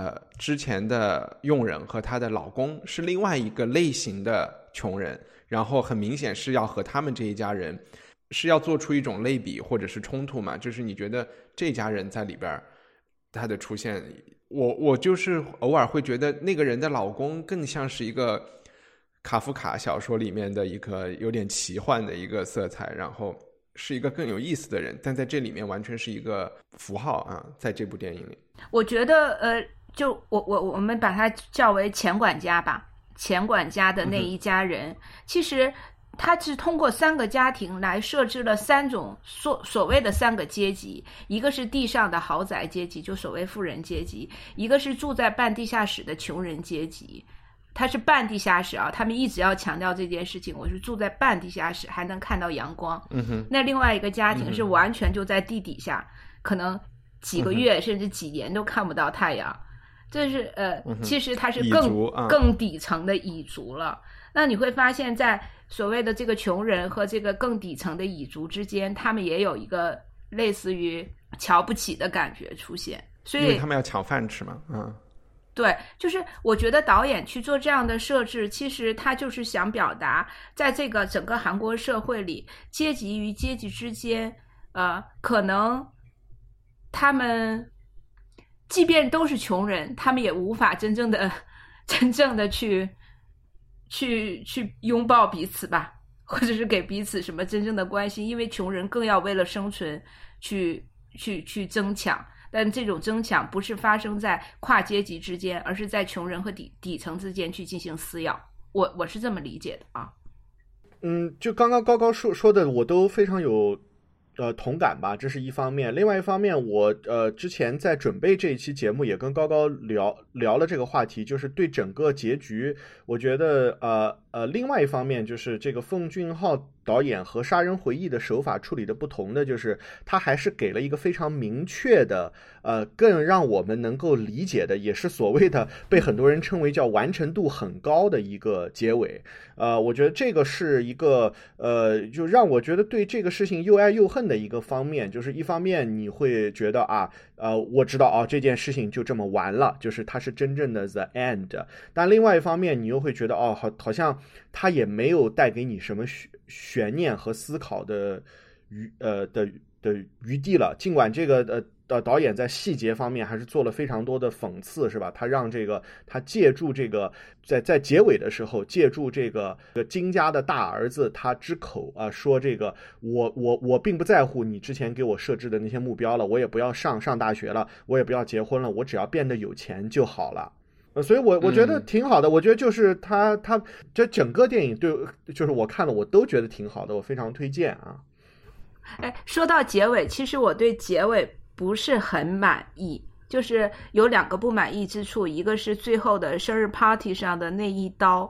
B: 佣人和她的老公是另外一个类型的穷人，然后很明显是要和他们这一家人是要做出一种类比或者是冲突嘛？就是你觉得这家人在里边他的出现，我就是偶尔会觉得那个人的老公更像是一个卡夫卡小说里面的一个有点奇幻的一个色彩，然后是一个更有意思的人，但在这里面完全是一个符号啊，在这部电影里。
D: 我觉得就我们把它叫为前管家吧，前管家的那一家人，其实他是通过3个家庭来设置了3种所谓的3个阶级，一个是地上的豪宅阶级，就所谓富人阶级，一个是住在半地下室的穷人阶级。他是半地下室啊，他们一直要强调这件事情，我是住在半地下室还能看到阳光。那另外一个家庭是完全就在地底下，可能几个月甚至几年都看不到太阳。这是其实它是更底层的蚁族了。那你会发现在所谓的这个穷人和这个更底层的蚁族之间，他们也有一个类似于瞧不起的感觉出现，所以
B: 因为他们要抢饭吃嘛。
D: 对，就是我觉得导演去做这样的设置，其实他就是想表达在这个整个韩国社会里，阶级与阶级之间可能他们即便都是穷人，他们也无法真正的去拥抱彼此吧，或者是给彼此什么真正的关系，因为穷人更要为了生存去争抢，但这种争抢不是发生在跨阶级之间，而是在穷人和底层之间去进行撕咬。我是这么理解的啊。
C: 就刚刚高高说的，我都非常有同感吧，这是一方面。另外一方面，我之前在准备这一期节目也跟高高聊了这个话题，就是对整个结局，我觉得另外一方面就是这个奉俊昊导演和《杀人回忆》的手法处理的不同的，就是他还是给了一个非常明确的更让我们能够理解的，也是所谓的被很多人称为叫完成度很高的一个结尾。我觉得这个是一个就让我觉得对这个事情又爱又恨的一个方面，就是一方面你会觉得我知道这件事情就这么完了，就是它是真正的 the end， 但另外一方面你又会觉得好像它也没有带给你什么悬念和思考的余地了。尽管这个导演在细节方面还是做了非常多的讽刺，是吧？他借助这个在结尾的时候，借助这个金家的大儿子他之口说这个我并不在乎你之前给我设置的那些目标了，我也不要上大学了，我也不要结婚了，我只要变得有钱就好了。所以我觉得挺好的。我觉得就是他这整个电影就是我看了我都觉得挺好的，我非常推荐啊。
D: 说到结尾，其实我对结尾不是很满意，就是有2个不满意之处，一个是最后的生日 party 上的那一刀，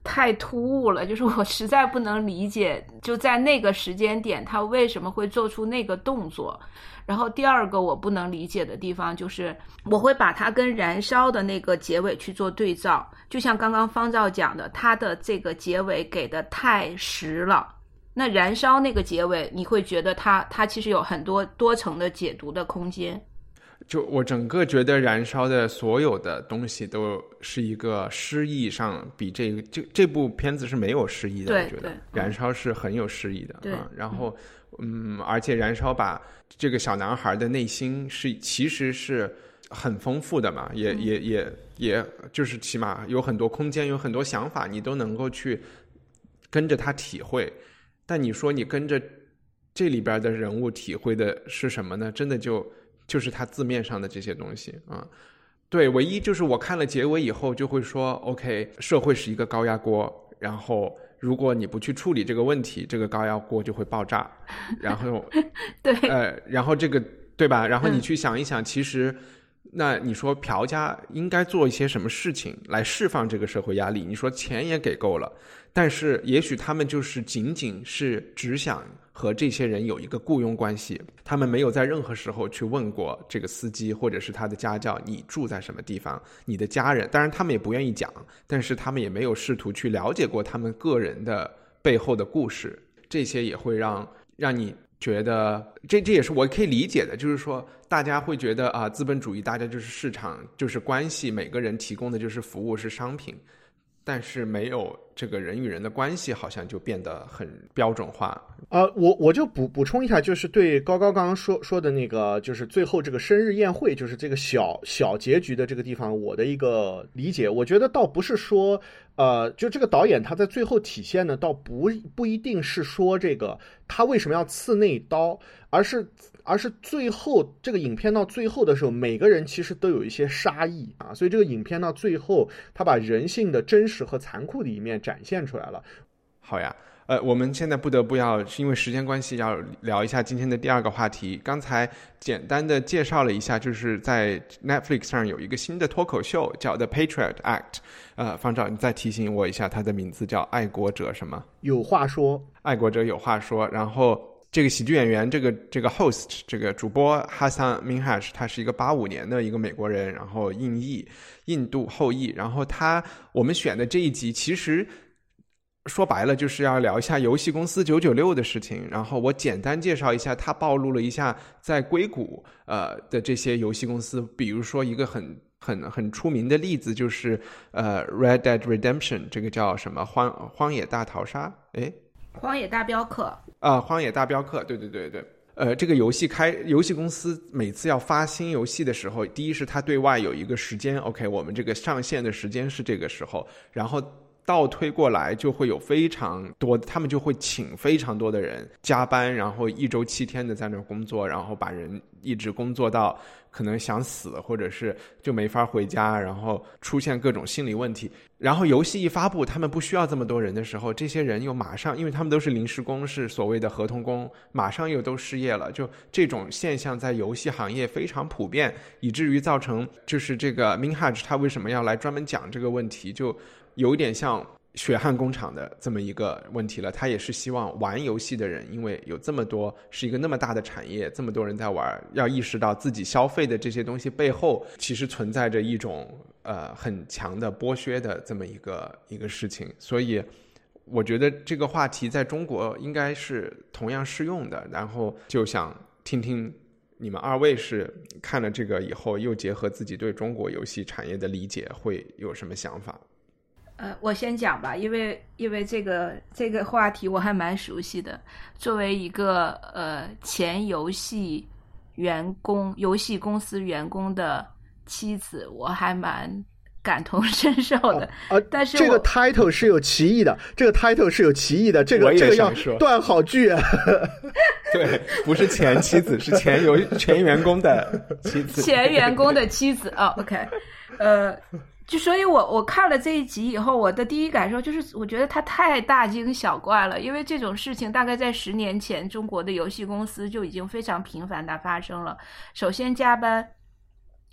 D: 太突兀了，就是我实在不能理解，就在那个时间点他为什么会做出那个动作。然后第二个我不能理解的地方就是我会把它跟燃烧的那个结尾去做对照，就像刚刚方照讲的，它的这个结尾给的太实了，那燃烧那个结尾你会觉得它其实有很多层的解读的空间。
B: 就我整个觉得燃烧的所有的东西都是一个诗意上比这部片子是没有诗意的。我觉得燃烧是很有诗意的。
D: 对，
B: 然后而且燃烧把这个小男孩的内心其实是很丰富的嘛，也就是起码有很多空间，有很多想法，你都能够去跟着他体会。但你说你跟着这里边的人物体会的是什么呢？真的就是他字面上的这些东西啊。对，唯一就是我看了结尾以后就会说 OK， 社会是一个高压锅，然后如果你不去处理这个问题，这个高压锅就会爆炸。然后
D: 对，
B: 然后这个对吧？然后你去想一想，其实那你说朴家应该做一些什么事情来释放这个社会压力？你说钱也给够了，但是也许他们就是仅仅是只想和这些人有一个雇佣关系，他们没有在任何时候去问过这个司机或者是他的家教，你住在什么地方，你的家人，当然他们也不愿意讲，但是他们也没有试图去了解过他们个人的背后的故事。这些也会让你觉得这也是我可以理解的，就是说大家会觉得啊，资本主义大家就是市场，就是关系，每个人提供的就是服务，是商品，但是没有这个人与人的关系好像就变得很标准化。
C: 我就补充一下，就是对高刚刚说的那个，就是最后这个生日宴会，就是这个小结局的这个地方，我的一个理解，我觉得倒不是说就这个导演他在最后体现的倒不一定是说这个他为什么要刺那一刀，而是最后这个影片到最后的时候，每个人其实都有一些杀意啊，所以这个影片到最后他把人性的真实和残酷的一面展现出来了。
B: 好呀，我们现在不得不是因为时间关系要聊一下今天的第二个话题。刚才简单的介绍了一下，就是在 Netflix 上有一个新的脱口秀叫 The Patriot Act。方照，你再提醒我一下，它的名字叫爱国者什么？
C: 有话说，爱
B: 国者有话说。然后这个喜剧演员，这个 host 这个主播 Hasan Minhaj， 他是一个85年的一个美国人，然后印度后裔。然后我们选的这一集其实说白了就是要聊一下游戏公司996的事情，然后我简单介绍一下，他暴露了一下在硅谷的这些游戏公司，比如说一个很出名的例子就是Red Dead Redemption， 这个叫什么荒野大逃杀？
D: 荒野大镖客
B: 荒野大镖客，对。这个游戏公司每次要发新游戏的时候，第一是他对外有一个时间 ，OK， 我们这个上线的时间是这个时候，然后倒推过来就会有非常多，他们就会请非常多的人加班，然后1周7天的在那工作，然后把人一直工作到可能想死，或者是就没法回家，然后出现各种心理问题。然后游戏一发布，他们不需要这么多人的时候，这些人又马上，因为他们都是临时工，是所谓的合同工，马上又都失业了。就这种现象在游戏行业非常普遍，以至于造成就是这个 Minhaj 他为什么要来专门讲这个问题，就有一点像血汗工厂的这么一个问题了。他也是希望玩游戏的人，因为有这么多，是一个那么大的产业，这么多人在玩，要意识到自己消费的这些东西背后其实存在着一种很强的剥削的这么一个事情。所以我觉得这个话题在中国应该是同样适用的，然后就想听听你们二位是看了这个以后，又结合自己对中国游戏产业的理解，会有什么想法？
D: 我先讲吧，因为这个话题我还蛮熟悉的。作为一个前游戏公司员工的妻子，我还蛮感同身受的。但是
C: 这个 title 是有歧义的，这个要断好句啊。
B: 对，不是前妻子，是前员工的妻子。
D: 前员工的妻子OK， 就所以我看了这一集以后，我的第一感受就是我觉得它太大惊小怪了，因为这种事情大概在10年前中国的游戏公司就已经非常频繁的发生了。首先加班，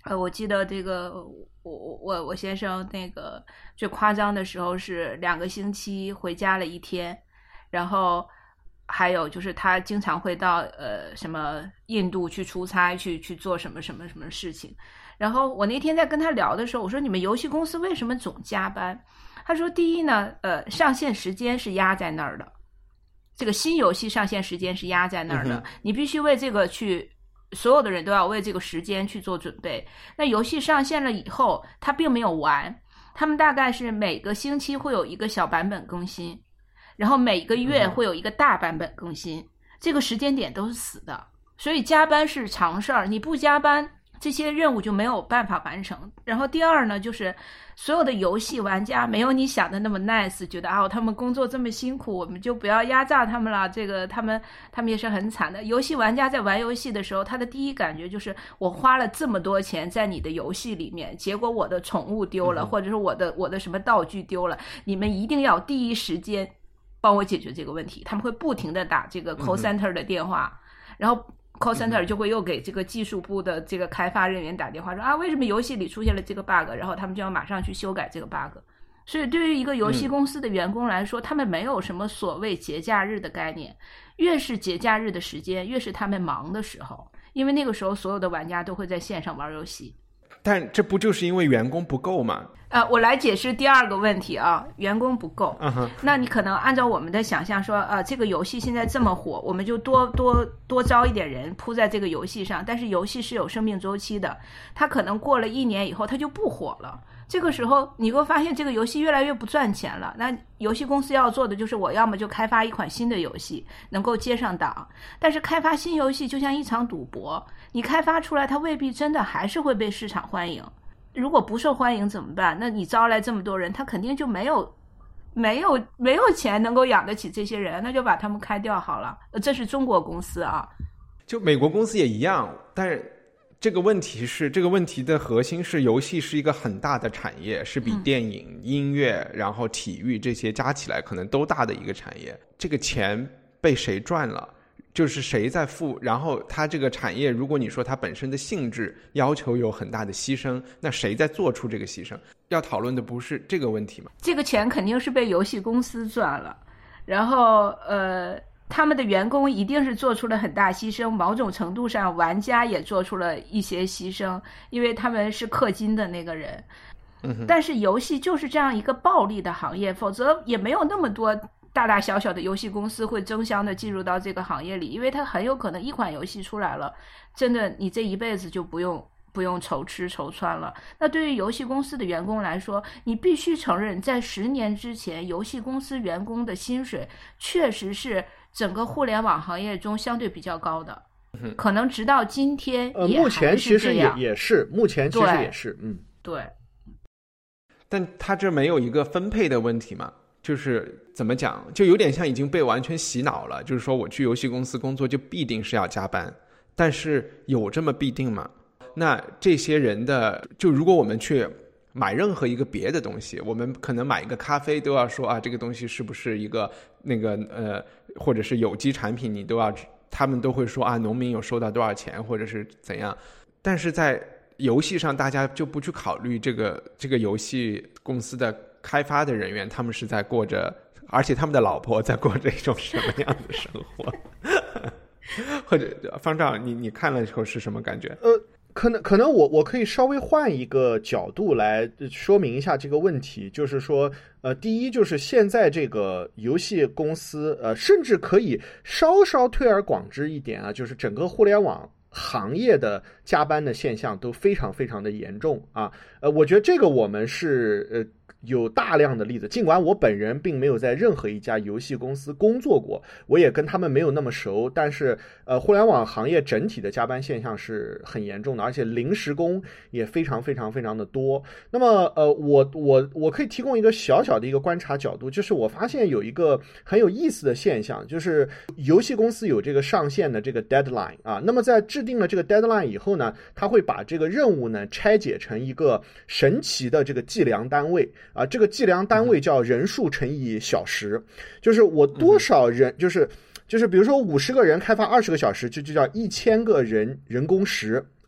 D: 我记得这个我先生那个最夸张的时候是2个星期回家了1天，然后还有就是他经常会到什么印度去出差去做什么什么什么事情。然后我那天在跟他聊的时候，我说你们游戏公司为什么总加班？他说第一呢，上线时间是压在那儿的，这个新游戏上线时间是压在那儿的，你必须为这个所有的人都要为这个时间去做准备。那游戏上线了以后，它并没有完，他们大概是每个星期会有一个小版本更新，然后每个月会有一个大版本更新，这个时间点都是死的，所以加班是常事儿，你不加班这些任务就没有办法完成。然后第二呢，就是所有的游戏玩家没有你想的那么 nice， 觉得他们工作这么辛苦，我们就不要压榨他们了，这个他们也是很惨的。游戏玩家在玩游戏的时候，他的第一感觉就是我花了这么多钱在你的游戏里面，结果我的宠物丢了，或者是我的什么道具丢了，你们一定要第一时间帮我解决这个问题。他们会不停的打这个 call center 的电话，然后call center 就会又给这个技术部的这个开发人员打电话说为什么游戏里出现了这个 bug， 然后他们就要马上去修改这个 bug。 所以对于一个游戏公司的员工来说，他们没有什么所谓节假日的概念，越是节假日的时间越是他们忙的时候，因为那个时候所有的玩家都会在线上玩游戏。
B: 但这不就是因为员工不够吗？
D: 我来解释第二个问题啊，员工不够。那你可能按照我们的想象说，这个游戏现在这么火，我们就多招一点人扑在这个游戏上。但是游戏是有生命周期的，它可能过了1年以后它就不火了。这个时候你会发现这个游戏越来越不赚钱了。那游戏公司要做的就是我要么就开发一款新的游戏能够接上档，但是开发新游戏就像一场赌博，你开发出来它未必真的还是会被市场欢迎。如果不受欢迎怎么办？那你招来这么多人，他肯定就没有钱能够养得起这些人，那就把他们开掉好了。这是中国公司啊，
B: 就美国公司也一样。但是这个问题的核心是游戏是一个很大的产业，是比电影、音乐然后体育这些加起来可能都大的一个产业。这个钱被谁赚了，就是谁在付。然后它这个产业，如果你说它本身的性质要求有很大的牺牲，那谁在做出这个牺牲？要讨论的不是这个问题吗？
D: 这个钱肯定是被游戏公司赚了，然后他们的员工一定是做出了很大牺牲，某种程度上玩家也做出了一些牺牲，因为他们是氪金的那个人。但是游戏就是这样一个暴利的行业，否则也没有那么多大大小小的游戏公司会争相的进入到这个行业里，因为它很有可能一款游戏出来了，真的你这一辈子就不用愁吃愁穿了。那对于游戏公司的员工来说，你必须承认在10年之前，游戏公司员工的薪水确实是整个互联网行业中相对比较高的，可能直到今天也
C: 目前其实
D: 也
C: 是目前其实也是
D: 对。
B: 但他这没有一个分配的问题嘛？就是怎么讲，就有点像已经被完全洗脑了，就是说我去游戏公司工作就必定是要加班，但是有这么必定吗？那这些人的，就如果我们去买任何一个别的东西，我们可能买一个咖啡都要说这个东西是不是一个那个或者是有机产品，你都要，他们都会说农民有收到多少钱或者是怎样。但是在游戏上大家就不去考虑这个游戏公司的开发的人员，他们是在过着，而且他们的老婆在过着一种什么样的生活？或者方丈，你看了以后是什么感觉？
C: 可能我可以稍微换一个角度来说明一下这个问题，就是说，第一就是现在这个游戏公司，甚至可以稍稍推而广之一点啊，就是整个互联网行业的加班的现象都非常非常的严重啊。我觉得这个我们是有大量的例子，尽管我本人并没有在任何一家游戏公司工作过，我也跟他们没有那么熟，但是互联网行业整体的加班现象是很严重的，而且临时工也非常非常非常的多。那么我可以提供一个小小的一个观察角度，就是我发现有一个很有意思的现象，就是游戏公司有这个上线的这个 deadline 啊，那么在制定了这个 deadline 以后呢，他会把这个任务呢拆解成一个神奇的这个计量单位啊，这个计量单位叫人数乘以小时，就是我多少人，就是比如说50个人开发20个小时，就叫1000个人工时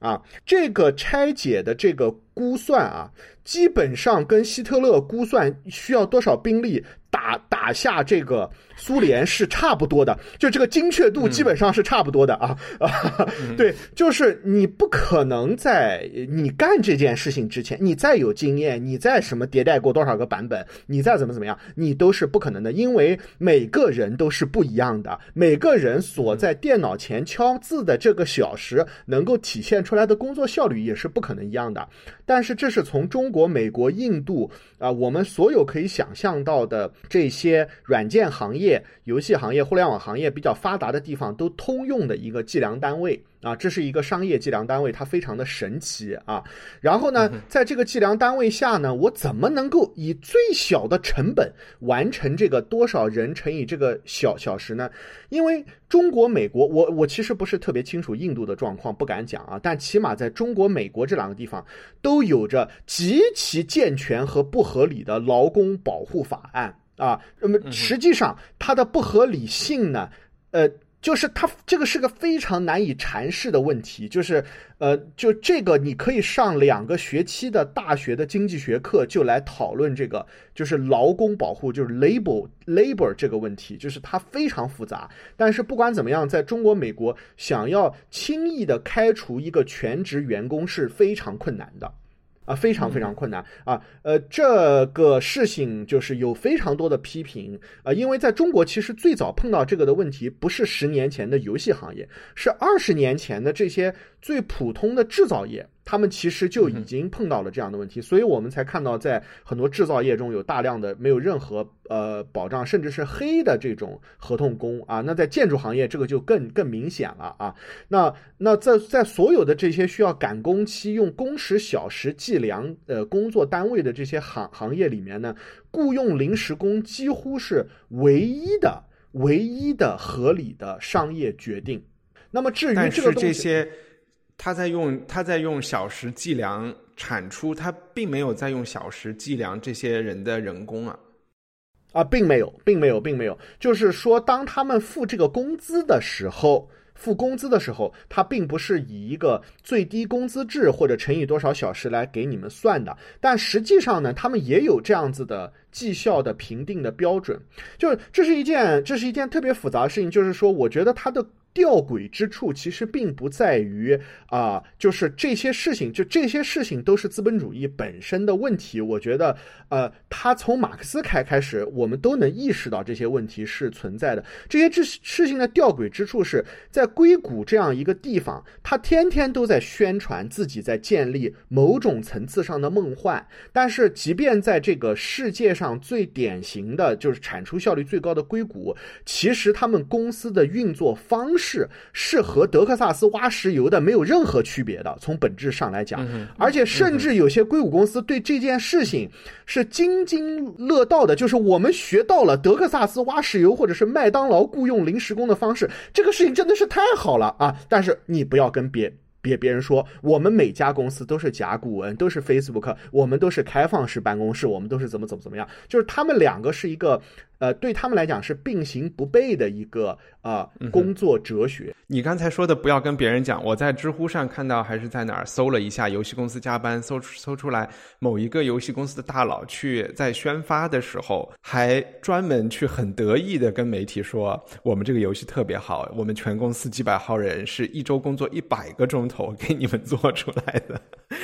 C: 啊，这个拆解的这个估算啊，基本上跟希特勒估算需要多少兵力打下这个苏联是差不多的，就这个精确度基本上是差不多的啊。对，就是你不可能在你干这件事情之前，你再有经验，你再什么迭代过多少个版本，你再怎么样，你都是不可能的，因为每个人都是不一样的，每个人所在电脑前敲字的这个小时能够体现出来的工作效率也是不可能一样的。但是这是从中国、美国、印度我们所有可以想象到的这些软件行业、游戏行业、互联网行业比较发达的地方都通用的一个计量单位啊，这是一个商业计量单位，它非常的神奇啊。然后呢，在这个计量单位下呢，我怎么能够以最小的成本完成这个多少人乘以这个小时呢？因为中国、美国，我其实不是特别清楚印度的状况，不敢讲啊。但起码在中国、美国这两个地方都有着极其健全和不合理的劳工保护法案啊。那么实际上它的不合理性呢，就是它这个是个非常难以阐释的问题，就是就这个你可以上2个学期的大学的经济学课就来讨论这个，就是劳工保护，就是 labor 这个问题，就是它非常复杂。但是不管怎么样，在中国、美国想要轻易的开除一个全职员工是非常困难的。非常非常困难啊！这个事情就是有非常多的批评因为在中国其实最早碰到这个的问题不是10年前的游戏行业，是20年前的这些最普通的制造业，他们其实就已经碰到了这样的问题，所以我们才看到在很多制造业中有大量的没有任何保障，甚至是黑的这种合同工啊。那在建筑行业这个就更明显了啊。那在所有的这些需要赶工期、用工时小时计量工作单位的这些行业里面呢，雇佣临时工几乎是唯一的合理的商业决定。那么至于这个东西，但是这些
B: 他在用小时计量产出，他并没有在用小时计量这些人的人工
C: 并没有，就是说当他们付这个工资的时候，他并不是以一个最低工资制或者乘以多少小时来给你们算的，但实际上呢，他们也有这样子的绩效的评定的标准。就是这是一件特别复杂的事情，就是说我觉得它的吊诡之处其实并不在于就是这些事情都是资本主义本身的问题。我觉得它从马克思开始，我们都能意识到这些问题是存在的。这些事情的吊诡之处是在硅谷这样一个地方，他天天都在宣传自己在建立某种层次上的梦幻，但是即便在这个世界上最典型的就是产出效率最高的硅谷，其实他们公司的运作方式是和德克萨斯挖石油的没有任何区别的，从本质上来讲，而且甚至有些硅谷公司对这件事情是津津乐道的，就是我们学到了德克萨斯挖石油或者是麦当劳雇佣临时工的方式，这个事情真的是太好了啊！但是你不要跟别人说我们每家公司都是甲骨文，都是 Facebook， 我们都是开放式办公室，我们都是怎么样，就是他们两个是一个对他们来讲是并行不悖的一个工作哲学。
B: 你刚才说的不要跟别人讲，我在知乎上看到还是在哪儿搜了一下游戏公司加班，搜出来某一个游戏公司的大佬去在宣发的时候还专门去很得意的跟媒体说我们这个游戏特别好，我们全公司几百号人是一周工作100个钟头给你们做出来的。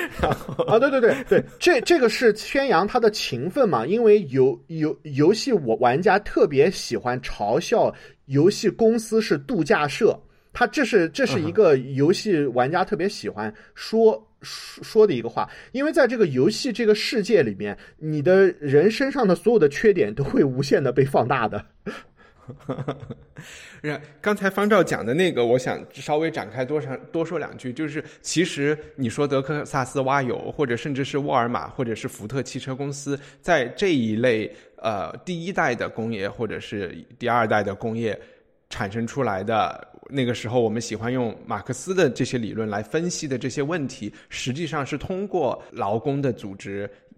C: 对，这个是宣扬他的勤奋嘛，因为游戏玩家特别喜欢嘲笑游戏公司是度假社，这是一个游戏玩家特别喜欢说的一个话，因为在这个游戏这个世界里面，你的人身上的所有的缺点都会无限的被放大的。
B: 刚才方照讲的那个我想稍微展开多说2句，就是其实你说德克萨斯挖油或者甚至是沃尔玛或者是福特汽车公司在这一类第一代的工业或者是第2代的工业产生出来的，那个时候我们喜欢用马克思的这些理论来分析的这些问题，实际上是通过劳工的组织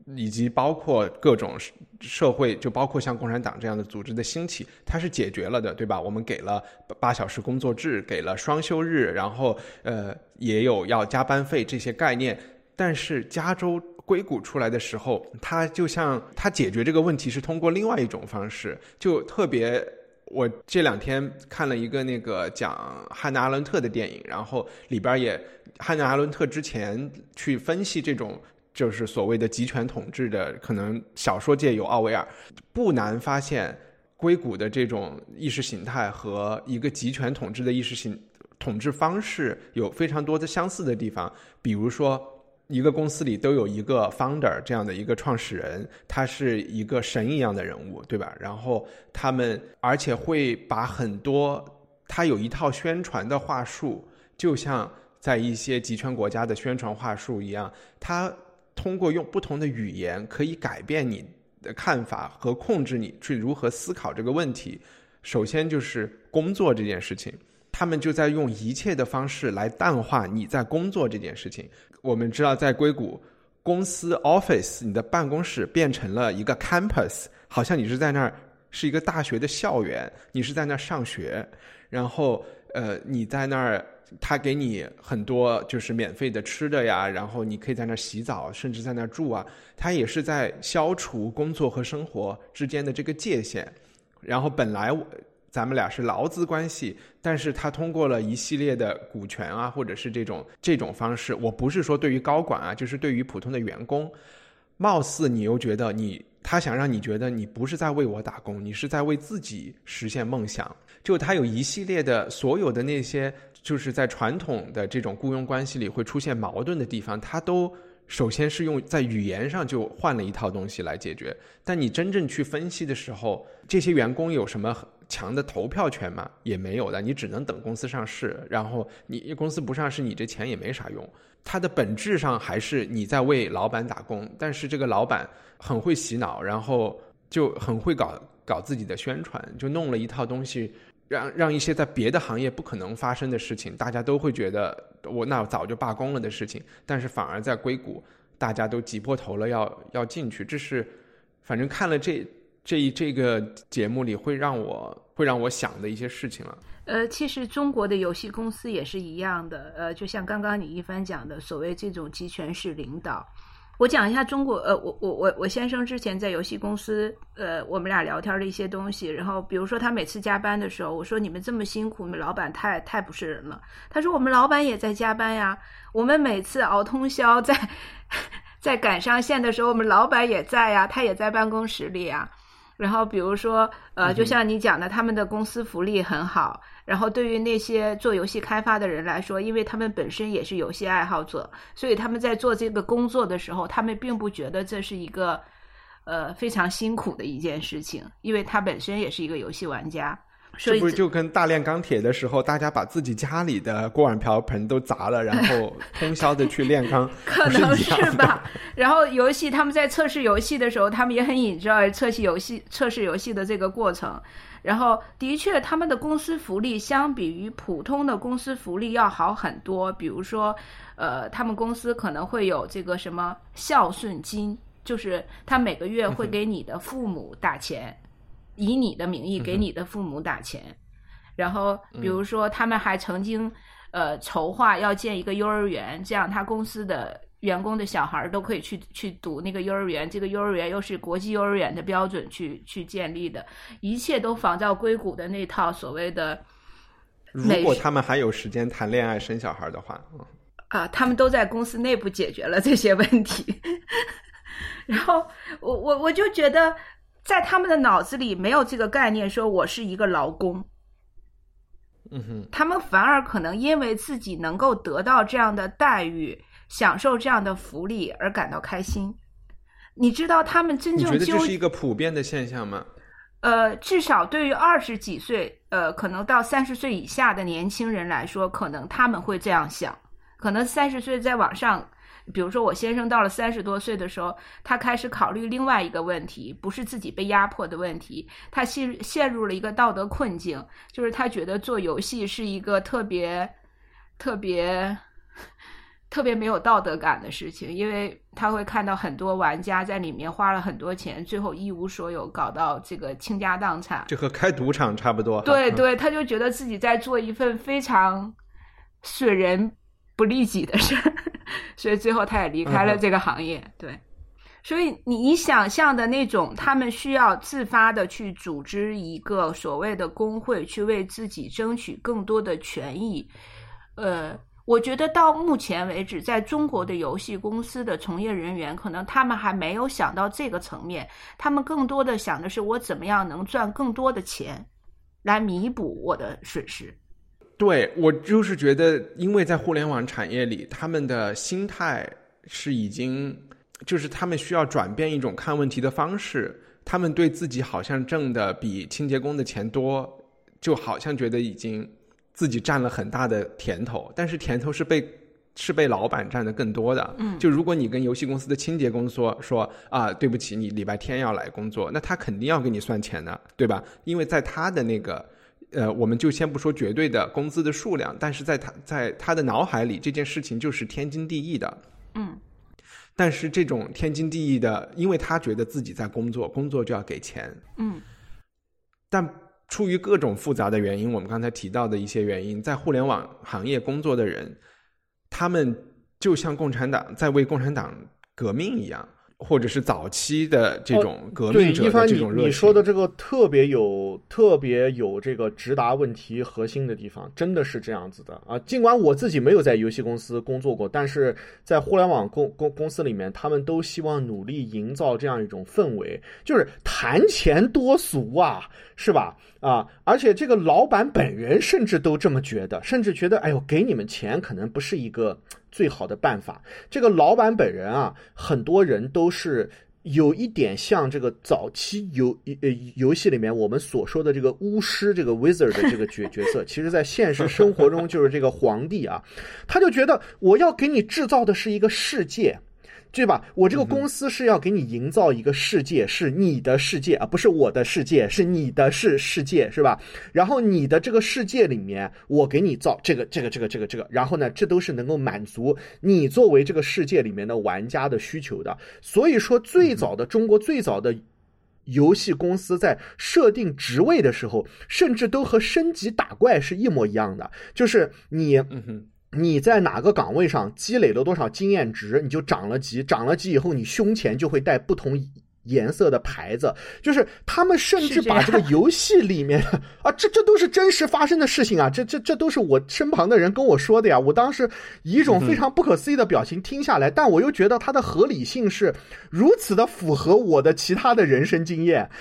B: 以及包括各种社会，就包括像共产党这样的组织的兴起，它是解决了的，对吧？我们给了8小时工作制，给了双休日，然后也有要加班费这些概念。但是加州硅谷出来的时候，它就像它解决这个问题是通过另外一种方式，就特别。我这2天看了一个那个讲汉娜·阿伦特的电影，然后里边也汉娜·阿伦特之前去分析这种就是所谓的集权统治的，可能小说界有奥威尔，不难发现硅谷的这种意识形态和一个集权统治的统治方式有非常多的相似的地方。比如说一个公司里都有一个 founder 这样的一个创始人，他是一个神一样的人物，对吧？然后他们而且会把很多他有一套宣传的话术，就像在一些集权国家的宣传话术一样，他通过用不同的语言可以改变你的看法和控制你去如何思考这个问题。首先就是工作这件事情，他们就在用一切的方式来淡化你在工作这件事情。我们知道在硅谷，公司 office 你的办公室变成了一个 campus， 好像你是在那儿是一个大学的校园，你是在那儿上学，然后你在那儿他给你很多就是免费的吃的呀，然后你可以在那儿洗澡，甚至在那儿住啊，他也是在消除工作和生活之间的这个界限。然后本来咱们俩是劳资关系，但是他通过了一系列的股权啊，或者是这种方式，我不是说对于高管啊，就是对于普通的员工，貌似你又觉得他想让你觉得你不是在为我打工，你是在为自己实现梦想。就他有一系列的所有的那些就是在传统的这种雇佣关系里会出现矛盾的地方，他都首先是用在语言上就换了一套东西来解决。但你真正去分析的时候，这些员工有什么强的投票权吗？也没有的，你只能等公司上市，然后你公司不上市，你这钱也没啥用。它的本质上还是你在为老板打工，但是这个老板很会洗脑，然后就很会搞自己的宣传，就弄了一套东西，让一些在别的行业不可能发生的事情，大家都会觉得那早就罢工了的事情，但是反而在硅谷大家都挤破头了要进去。这是反正看了这个节目里会让我想的一些事情了。
D: 其实中国的游戏公司也是一样的，就像刚刚你一帆讲的，所谓这种集权式领导。我讲一下中国，我先生之前在游戏公司，我们俩聊天的一些东西。然后比如说他每次加班的时候，我说你们这么辛苦，你们老板太不是人了。他说我们老板也在加班呀，我们每次熬通宵在赶上线的时候，我们老板也在呀，他也在办公室里呀。然后比如说就像你讲的，他们的公司福利很好，然后对于那些做游戏开发的人来说，因为他们本身也是游戏爱好者，所以他们在做这个工作的时候，他们并不觉得这是一个非常辛苦的一件事情，因为他本身也是一个游戏玩家。
B: 这不是就跟大炼钢铁的时候，大家把自己家里的锅碗瓢盆都砸了，然后通宵的去炼钢
D: 可能是吧。然后游戏他们在测试游戏的时候，他们也很enjoy测试游戏的这个过程。然后的确他们的公司福利相比于普通的公司福利要好很多。比如说他们公司可能会有这个什么孝顺金，就是他每个月会给你的父母打钱，以你的名义给你的父母打钱。然后比如说他们还曾经筹划要建一个幼儿园，这样他公司的员工的小孩都可以去读那个幼儿园，这个幼儿园又是国际幼儿园的标准去建立的，一切都仿照硅谷的那套所谓的。
B: 如果他们还有时间谈恋爱生小孩的话
D: 他们都在公司内部解决了这些问题。然后我就觉得在他们的脑子里没有这个概念说我是一个劳工。他们反而可能因为自己能够得到这样的待遇，享受这样的福利而感到开心。你知道他们真正
B: 你觉得这是一个普遍的现象吗？
D: 至少对于20几岁可能到30岁以下的年轻人来说，可能他们会这样想。可能30岁再往上，比如说我先生到了30多岁的时候，他开始考虑另外一个问题，不是自己被压迫的问题，他陷入了一个道德困境，就是他觉得做游戏是一个特别特别没有道德感的事情，因为他会看到很多玩家在里面花了很多钱，最后一无所有，搞到这个倾家荡产，
B: 这和开赌场差不多。
D: 对对，他就觉得自己在做一份非常损人不利己的事，所以最后他也离开了这个行业。对，所以你想象的那种他们需要自发的去组织一个所谓的工会，去为自己争取更多的权益，我觉得到目前为止，在中国的游戏公司的从业人员，可能他们还没有想到这个层面，他们更多的想的是我怎么样能赚更多的钱来弥补我的损失。
B: 对，我就是觉得因为在互联网产业里，他们的心态是已经就是他们需要转变一种看问题的方式，他们对自己好像挣的比清洁工的钱多，就好像觉得已经自己占了很大的甜头，但是甜头是被老板占的更多的。就如果你跟游戏公司的清洁工说啊，对不起，你礼拜天要来工作，那他肯定要给你算钱的，对吧？因为在他的那个我们就先不说绝对的工资的数量，但是在他的脑海里，这件事情就是天经地义的。但是这种天经地义的，因为他觉得自己在工作就要给钱。但出于各种复杂的原因，我们刚才提到的一些原因，在互联网行业工作的人，他们就像共产党在为共产党革命一样，或者是早期的这种革命者的这种热情。
C: 对，你说的这个特别有这个直达问题核心的地方，真的是这样子的啊！尽管我自己没有在游戏公司工作过，但是在互联网公司里面，他们都希望努力营造这样一种氛围，就是谈钱多俗啊，是吧？啊！而且这个老板本人甚至都这么觉得，甚至觉得，哎呦，给你们钱可能不是一个最好的办法。这个老板本人啊，很多人都是有一点像这个早期游戏里面我们所说的这个巫师，这个 wizard 的这个角色，其实在现实生活中就是这个皇帝啊，他就觉得我要给你制造的是一个世界。对吧？我这个公司是要给你营造一个世界，是你的世界啊，不是我的世界，是你的世界，是吧？然后你的这个世界里面，我给你造这个，然后呢，这都是能够满足你作为这个世界里面的玩家的需求的。所以说，中国最早的游戏公司在设定职位的时候，甚至都和升级打怪是一模一样的，就是你在哪个岗位上积累了多少经验值，你就涨了级以后，你胸前就会带不同颜色的牌子。就是他们甚至把这个游戏里面啊，这都是真实发生的事情啊，这都是我身旁的人跟我说的呀。我当时以一种非常不可思议的表情听下来，但我又觉得它的合理性是如此的符合我的其他的人生经验。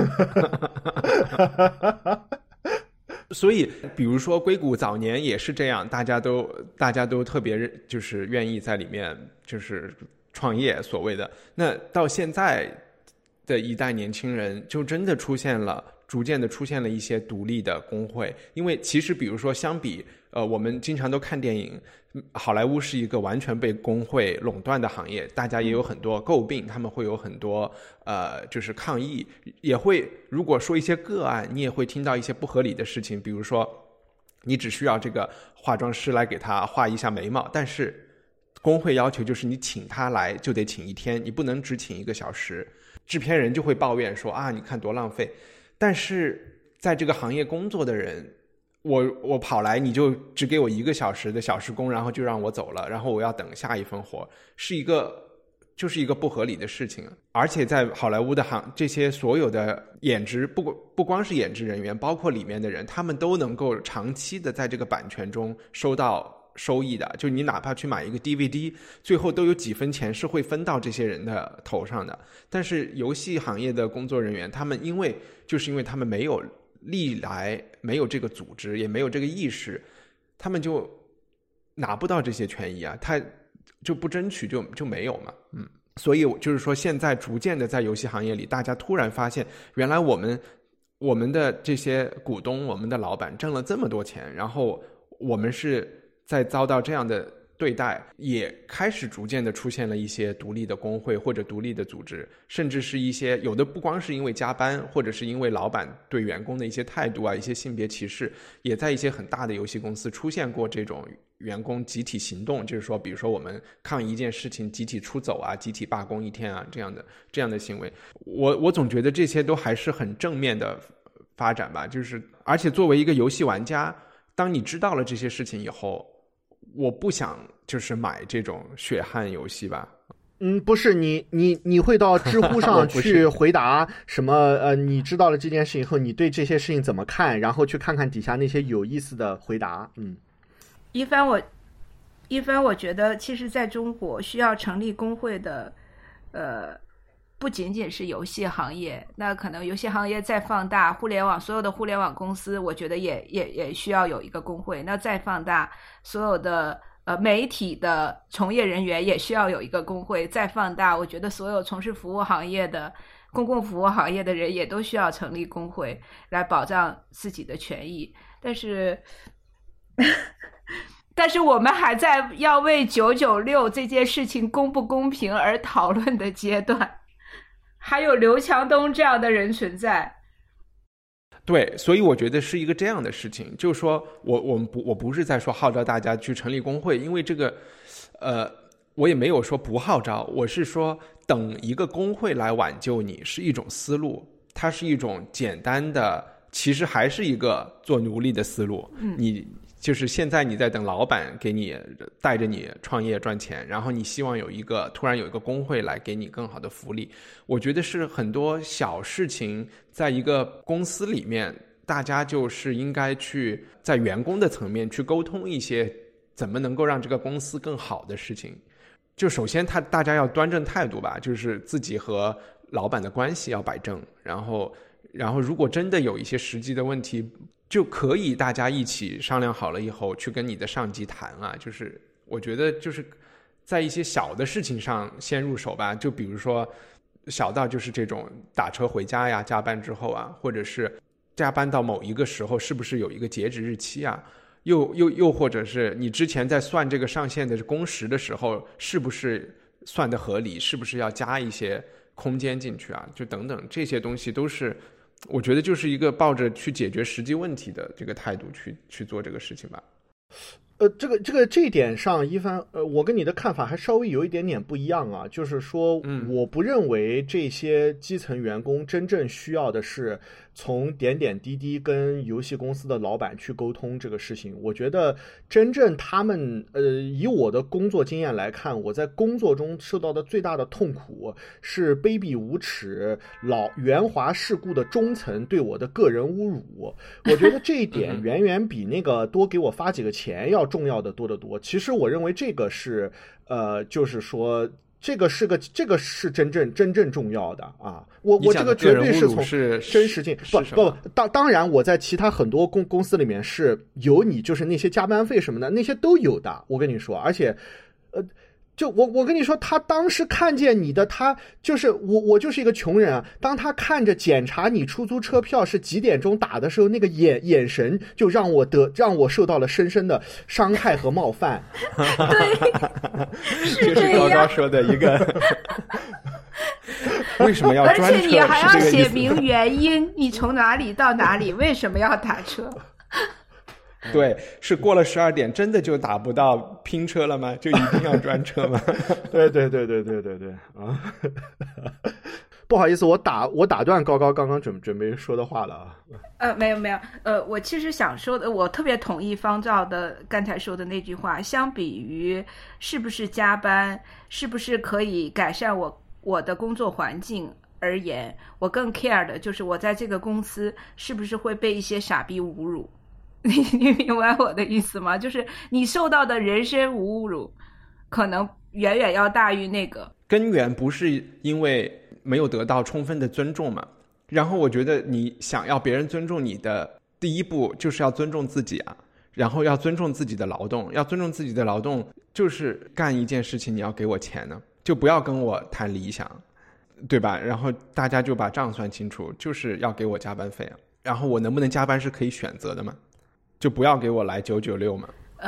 B: 所以比如说硅谷早年也是这样，大家都特别就是愿意在里面就是创业所谓的。那到现在的一代年轻人就真的逐渐的出现了一些独立的工会。因为其实比如说相比我们经常都看电影，好莱坞是一个完全被工会垄断的行业，大家也有很多诟病，他们会有很多就是抗议，也会如果说一些个案，你也会听到一些不合理的事情，比如说你只需要这个化妆师来给他画一下眉毛，但是工会要求就是你请他来就得请一天，你不能只请1个小时。制片人就会抱怨说啊，你看多浪费。但是在这个行业工作的人，我跑来你就只给我1个小时的小时工，然后就让我走了，然后我要等下一份活，就是一个不合理的事情。而且在好莱坞的这些所有的演职，不光是演职人员，包括里面的人，他们都能够长期的在这个版权中收到收益的。就你哪怕去买一个 DVD， 最后都有几分钱是会分到这些人的头上的。但是游戏行业的工作人员，他们因为他们历来没有这个组织，也没有这个意识，他们就拿不到这些权益啊，他就不争取就没有嘛。所以就是说现在逐渐的在游戏行业里，大家突然发现原来我们的这些股东，我们的老板挣了这么多钱，然后我们是在遭到这样的对待，也开始逐渐的出现了一些独立的工会或者独立的组织，甚至是一些有的不光是因为加班，或者是因为老板对员工的一些态度啊，一些性别歧视，也在一些很大的游戏公司出现过这种员工集体行动，就是说比如说我们抗议一件事情集体出走啊，集体罢工一天啊，这样的行为，我总觉得这些都还是很正面的发展吧。就是而且作为一个游戏玩家，当你知道了这些事情以后，我不想就是买这种血汗游戏吧。
C: 不是你会到知乎上去回答什么你知道了这件事以后你对这些事情怎么看，然后去看看底下那些有意思的回答。
D: 一帆我觉得其实在中国需要成立工会的不仅仅是游戏行业，那可能游戏行业再放大，互联网所有的互联网公司我觉得也需要有一个工会，那再放大所有的媒体的从业人员也需要有一个工会，再放大我觉得所有从事服务行业的公共服务行业的人也都需要成立工会来保障自己的权益。但是我们还在要为996这件事情公不公平而讨论的阶段，还有刘强东这样的人存在。
B: 对，所以我觉得是一个这样的事情，就是说我不是在说号召大家去成立工会，因为这个我也没有说不号召，我是说等一个工会来挽救你是一种思路，它是一种简单的，其实还是一个做奴隶的思路。你就是现在你在等老板给你带着你创业赚钱，然后你希望突然有一个工会来给你更好的福利。我觉得是很多小事情在一个公司里面，大家就是应该去在员工的层面去沟通一些怎么能够让这个公司更好的事情。就首先大家要端正态度吧，就是自己和老板的关系要摆正，然后如果真的有一些实际的问题，就可以大家一起商量好了以后去跟你的上级谈啊。就是我觉得就是在一些小的事情上先入手吧，就比如说小到就是这种打车回家呀，加班之后啊，或者是加班到某一个时候是不是有一个截止日期啊，又或者是你之前在算这个上限的工时的时候是不是算得合理，是不是要加一些空间进去啊，就等等，这些东西都是我觉得就是一个抱着去解决实际问题的这个态度去做这个事情吧。
C: 这一点上，一帆，我跟你的看法还稍微有一点点不一样啊。就是说，我不认为这些基层员工真正需要的是从点点滴滴跟游戏公司的老板去沟通这个事情。我觉得真正他们，以我的工作经验来看，我在工作中受到的最大的痛苦是卑鄙无耻、圆滑世故的中层对我的个人侮辱。我觉得这一点远远比那个多给我发几个钱要重要的多得多。其实我认为这个是就是说这个是真正重要的啊！我这个绝对是从真实性不当然我在其他很多公司里面是有你就是那些加班费什么的那些都有的，我跟你说，而且就我跟你说，他当时看见你的，他就是我就是一个穷人啊。当他看着检查你出租车票是几点钟打的时候，那个眼神就让我受到了深深的伤害和冒犯。
D: 对，
B: 就是高高说的一个。为什么要专车？
D: 而且你还要写明原因，你从哪里到哪里，为什么要打车？
B: 对，是过了12点真的就打不到拼车了吗？就一定要专车吗？
C: 对啊！不好意思，我打断高高刚刚准备说的话了啊。
D: 没有，我其实想说的，我特别同意方照的刚才说的那句话。相比于是不是加班，是不是可以改善我的工作环境而言，我更 care 的就是我在这个公司是不是会被一些傻逼侮辱。你明白我的意思吗？就是你受到的人身侮辱可能远远要大于那个
B: 根源，不是因为没有得到充分的尊重嘛。然后我觉得你想要别人尊重你的第一步就是要尊重自己啊，然后要尊重自己的劳动，要尊重自己的劳动就是干一件事情你要给我钱呢，就不要跟我谈理想，对吧？然后大家就把账算清楚，就是要给我加班费啊，然后我能不能加班是可以选择的嘛，就不要给我来996嘛。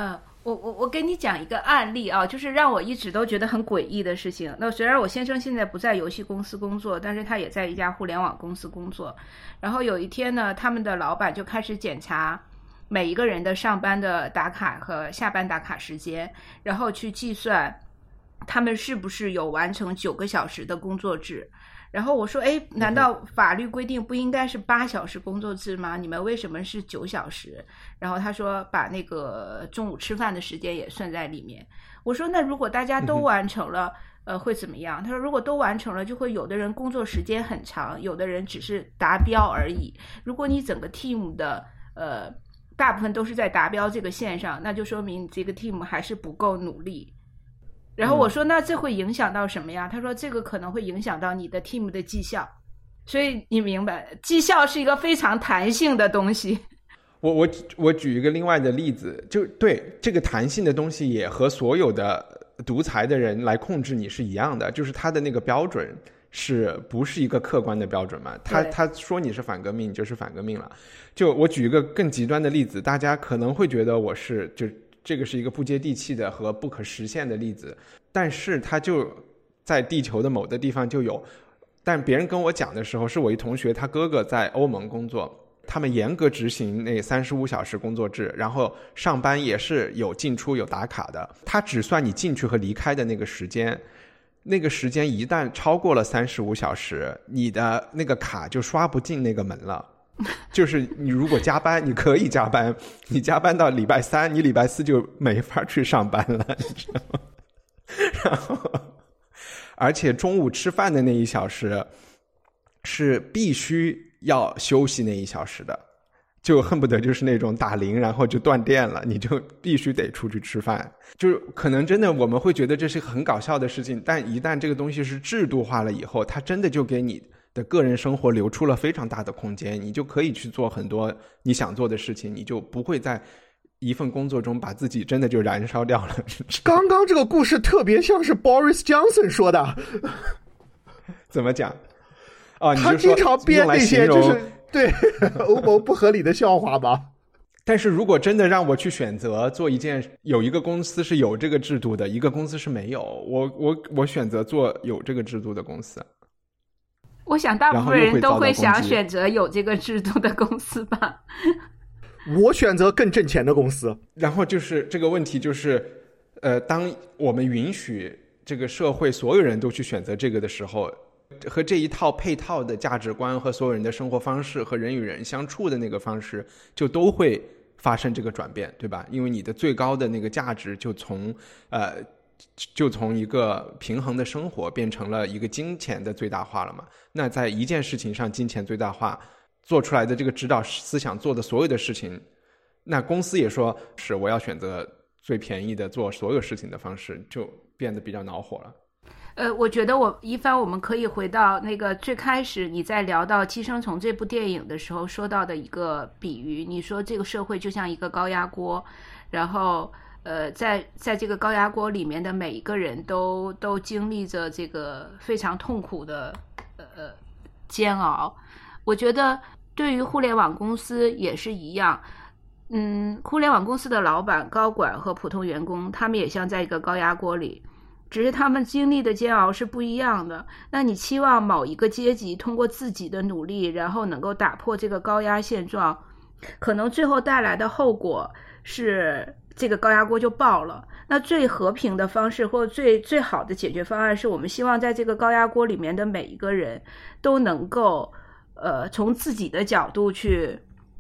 D: 我跟你讲一个案例啊，就是让我一直都觉得很诡异的事情。那虽然我先生现在不在游戏公司工作，但是他也在一家互联网公司工作。然后有一天呢，他们的老板就开始检查每一个人的上班的打卡和下班打卡时间，然后去计算他们是不是有完成9个小时的工作制。然后我说，哎，难道法律规定不应该是8小时工作制吗？你们为什么是9小时？然后他说把那个中午吃饭的时间也算在里面。我说那如果大家都完成了，会怎么样？他说如果都完成了，就会有的人工作时间很长，有的人只是达标而已。如果你整个 team 的大部分都是在达标这个线上，那就说明这个 team 还是不够努力。然后我说那这会影响到什么呀？他说这个可能会影响到你的 team 的绩效。所以你明白，绩效是一个非常弹性的东西。
B: 我举一个另外的例子，就对这个弹性的东西也和所有的独裁的人来控制你是一样的，就是他的那个标准是不是一个客观的标准嘛？他说你是反革命，你就是反革命了。就我举一个更极端的例子，大家可能会觉得我是就这个是一个不接地气的和不可实现的例子，但是它就在地球的某的地方就有。但别人跟我讲的时候，是我一同学，他哥哥在欧盟工作，他们严格执行那35小时工作制，然后上班也是有进出有打卡的，他只算你进去和离开的那个时间，那个时间一旦超过了35小时，你的那个卡就刷不进那个门了。就是你如果加班，你可以加班，你加班到礼拜3，你礼拜4就没法去上班了，你知道吗？然后而且中午吃饭的那1小时是必须要休息那1小时的，就恨不得就是那种打铃然后就断电了，你就必须得出去吃饭。就是可能真的我们会觉得这是很搞笑的事情，但一旦这个东西是制度化了以后，它真的就给你的个人生活留出了非常大的空间，你就可以去做很多你想做的事情，你就不会在一份工作中把自己真的就燃烧掉了。
C: 刚刚这个故事特别像是 Boris Johnson 说的。
B: 怎么讲？哦，
C: 他经常编那些就是对欧盟不合理的笑话吧。
B: 但是如果真的让我去选择做一件，有一个公司是有这个制度的，一个公司是没有，我选择做有这个制度的公司。
D: 我想大部分人都会想选择有这个制度的公司吧。
C: 我选择更挣钱的公司。
B: 然后就是这个问题就是，当我们允许这个社会所有人都去选择这个的时候，和这一套配套的价值观和所有人的生活方式和人与人相处的那个方式，就都会发生这个转变，对吧？因为你的最高的那个价值就从一个平衡的生活变成了一个金钱的最大化了嘛。那在一件事情上金钱最大化做出来的这个指导思想做的所有的事情，那公司也说是我要选择最便宜的做所有事情的方式，就变得比较恼火了。
D: 我觉得我们可以回到那个最开始你在聊到《寄生虫》这部电影的时候说到的一个比喻，你说这个社会就像一个高压锅，然后在这个高压锅里面的每一个人都经历着这个非常痛苦的煎熬。我觉得对于互联网公司也是一样，互联网公司的老板、高管和普通员工，他们也像在一个高压锅里，只是他们经历的煎熬是不一样的。那你期望某一个阶级通过自己的努力，然后能够打破这个高压现状，可能最后带来的后果是这个高压锅就爆了。那最和平的方式或最好的解决方案是我们希望在这个高压锅里面的每一个人都能够从自己的角度去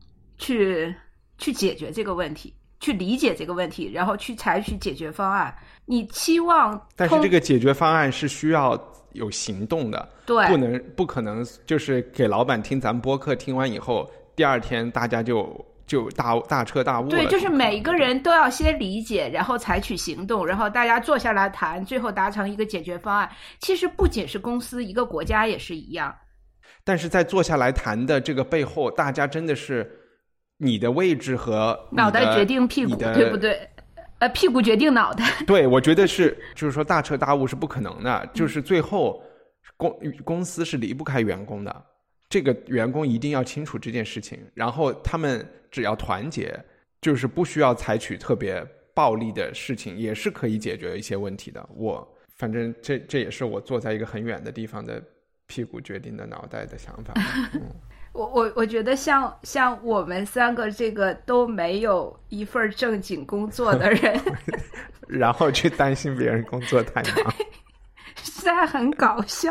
D: 解决这个问题，去理解这个问题，然后去采取解决方案。你期望，
B: 但是这个解决方案是需要有行动的，
D: 对，
B: 不可能就是给老板听咱们播客，听完以后第二天大家就大彻大悟了。
D: 对，就是每一个人都要先理解，然后采取行动，然后大家坐下来谈，最后达成一个解决方案。其实不仅是公司，一个国家也是一样。
B: 但是在坐下来谈的这个背后，大家真的是你的位置和
D: 脑袋决定屁股，对不对？屁股决定脑袋。
B: 对，我觉得是，就是说大彻大悟是不可能的，就是最后公司是离不开员工的，这个员工一定要清楚这件事情，然后他们只要团结，就是不需要采取特别暴力的事情也是可以解决一些问题的。反正这也是我坐在一个很远的地方的屁股决定的脑袋的想法。
D: 我觉得像我们三个这个都没有一份正经工作的人
B: 然后去担心别人工作太忙
D: 实在很搞笑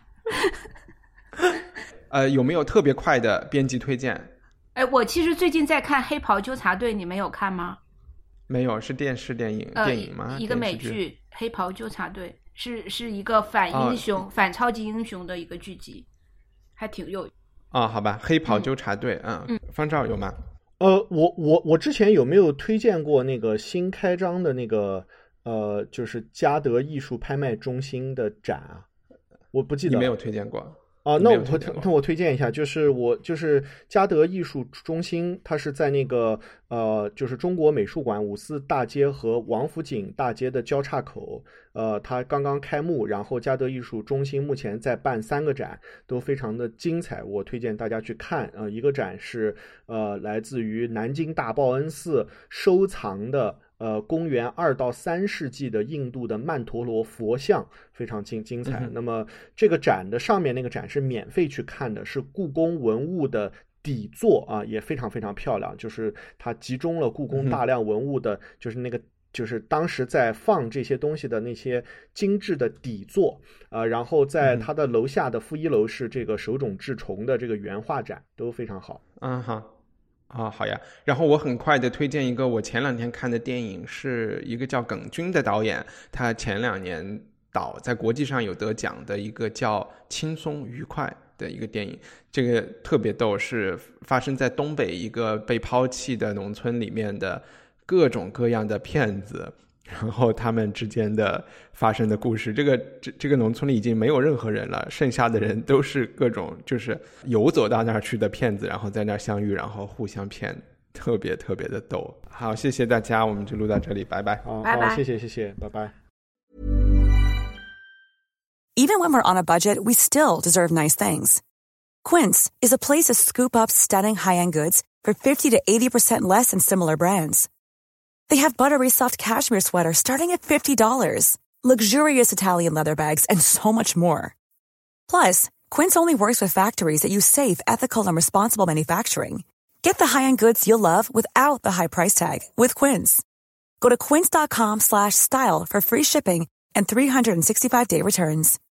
B: 有没有特别快的编辑推荐？
D: 我其实最近在看黑袍纠察队，你们有看吗？
B: 没有，是电视电影吗？
D: 一个美剧黑袍纠察队是一个反英雄、反超级英雄的一个剧集，还挺有
B: 好吧，黑袍纠察队方照有吗？
C: 我之前有没有推荐过那个新开张的那个就是嘉德艺术拍卖中心的展啊？我不记得。
B: 你没有推荐过
C: 那我推荐一下，就是嘉德艺术中心，它是在那个就是中国美术馆五四大街和王府井大街的交叉口，它刚刚开幕，然后嘉德艺术中心目前在办3个展，都非常的精彩，我推荐大家去看。一个展是来自于南京大报恩寺收藏的公元2到3世纪的印度的曼陀罗佛像，非常精彩。那么这个展的上面那个展是免费去看的，是故宫文物的底座啊，也非常非常漂亮，就是它集中了故宫大量文物的，就是那个就是当时在放这些东西的那些精致的底座然后在它的楼下的负1楼是这个手冢治虫的这个原画展，都非常好。
B: 好呀。然后我很快的推荐一个我前2天看的电影，是一个叫耿军的导演，他前2年在国际上有得奖的一个叫轻松愉快的一个电影。这个特别逗，是发生在东北一个被抛弃的农村里面的各种各样的骗子，然后他们之间的发生的故事。这个农村里已经没有任何人了，剩下的人都是各种就是游走到那儿去的骗子，然后在那儿相遇，然后互相骗，特别特别的逗。好，谢谢大家，我们就录到这里，拜拜。
D: 拜拜，
C: 谢谢，拜拜。
E: Even when we're on a budget, we still deserve nice things. Quince is a place to scoop up stunning high-end goods for 50 to 80% less than similar brands. They have buttery soft cashmere sweaters starting at $50, luxurious Italian leather bags, and so much more. Plus, Quince only works with factories that use safe, ethical, and responsible manufacturing. Get the high-end goods you'll love without the high price tag with Quince. Go to quince.com/style for free shipping and 365-day returns.